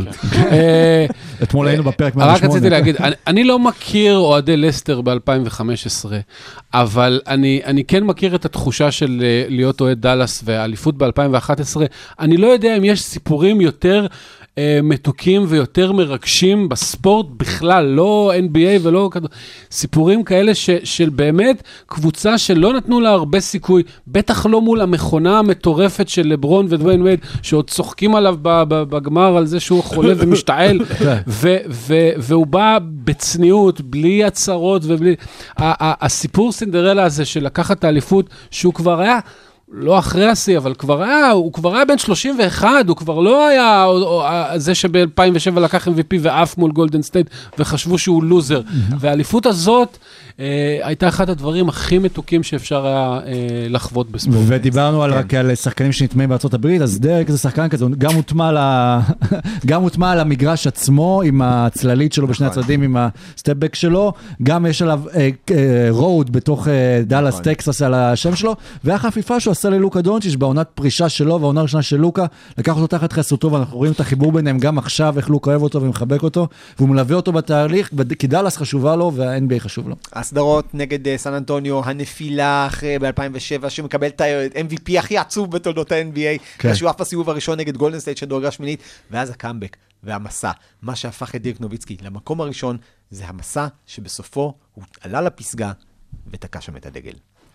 אתמול היינו בפרק מאה ושמונה. רק רציתי להגיד, אני לא מכיר אוהדי לסטר ב-אלפיים וחמש עשרה, אבל אני כן מכיר את התחושה של להיות אוהד דלס והאליפות ב-אלפיים ואחת עשרה. אני לא יודע אם יש סיפורים יותר מתוקים ויותר מרגשים בספורט בכלל, לא אן בי איי ולא סיפורים כאלה ש, של באמת קבוצה שלא נתנו לה הרבה סיכוי, בטח לא מול המכונה המטורפת של לברון ודוויין וייד, שעוד צוחקים עליו בגמר על זה שהוא חולה ומשתעל, ו, ו, והוא בא בצניעות, בלי הצהרות ובלי... הסיפור סינדרלה הזה של לקחת האליפות, שהוא כבר היה... לא אחרי השיא, אבל כבר היה, הוא כבר היה בן שלושים ואחת, הוא כבר לא היה זה שב-אלפיים ושבע לקח אם וי פי ואף מול גולדן סטייט, וחשבו שהוא לוזר. והאליפות הזאת אה, הייתה אחד הדברים הכי מתוקים שאפשר היה אה, לחוות בספורט. ודיברנו על, רק על שחקנים שנטמעים בארצות הברית, אז דרק זה שחקן כזה, גם מוטמע ל... גם מוטמע על המגרש עצמו, עם הצללית שלו בשני הצדדים, עם הסטפבק שלו, גם יש עליו אה, אה, רוד בתוך אה, דלס, טקסס על השם שלו, והחפיפה שהוא עשה ללוקה דונצ'יץ' בעונת פרישה שלו, והעונה הראשונה של לוקה, לקח אותו תחת חסותו, ואנחנו רואים את החיבור ביניהם גם עכשיו, איך לוקה אוהב אותו ומחבק אותו, והוא מלווה אותו בתהליך, כי דלס חשובה לו, וה-אן בי איי חשוב לו. הסדרות נגד סן אנטוניו, הנפילה אחרי ב-אלפיים ושבע, שמקבל את ה-אם וי פי הכי עצוב בתולדות ה-אן בי איי, שהוא אף בסיבוב הראשון נגד גולדן סטייט שדורגה שמינית, ואז הקאמבק והמסע, מה שהפך את דירק נוביצקי למקום הראשון, זה המסע שבסופו הוא עלה לפסגה ותקע שם את הדגל.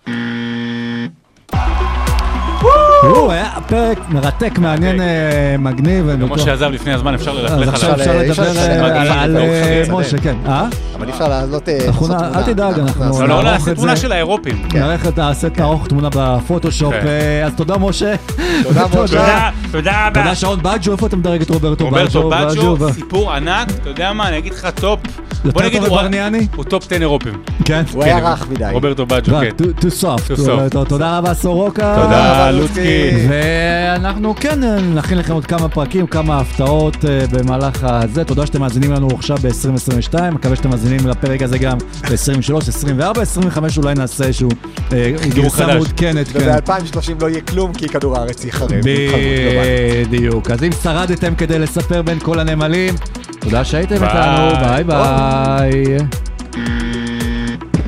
הוא היה פרק מרתק, מעניין, מגניב. משה עזב לפני הזמן, אפשר ללכלך עליו. עכשיו אפשר לדבר על משה, כן. אבל אפשר לעלות... אל תדאג, אנחנו... לא, לא, נעשה תמונה של האירופים. נעשה תערוך תמונה בפוטושופ. אז תודה משה. תודה משה. תודה רבה. תודה שרון בג'ו, איפה אתה מדרג את רוברטו בג'ו? רוברטו בג'ו, סיפור ענק, אתה יודע מה, אני אגיד לך טופ. בוא נגיד, הוא טופ עשר אירופים. כן. הוא היה רך מדי. רוברטו בג'ו, כן. too soft. תודה רבה סורוקה. תודה לוצקי. ואנחנו כן נכין לכם עוד כמה פרקים, כמה הפתעות במהלך הזה. תודה שאתם מאזינים לנו עכשיו ב-עשרים עשרים ושתיים, מקווה שאתם מאזינים לפרק הזה גם ב-עשרים ושלוש, עשרים וארבע, עשרים וחמש אולי נעשה איזשהו גרסה מעודכנת. וב-אלפיים ושלושים לא יהיה כלום, כי כדור הארץ יחרב. בדיוק. אז אם שרדתם כדי לספר בין כל הנמלים, תודה שהייתם איתנו, ביי ביי.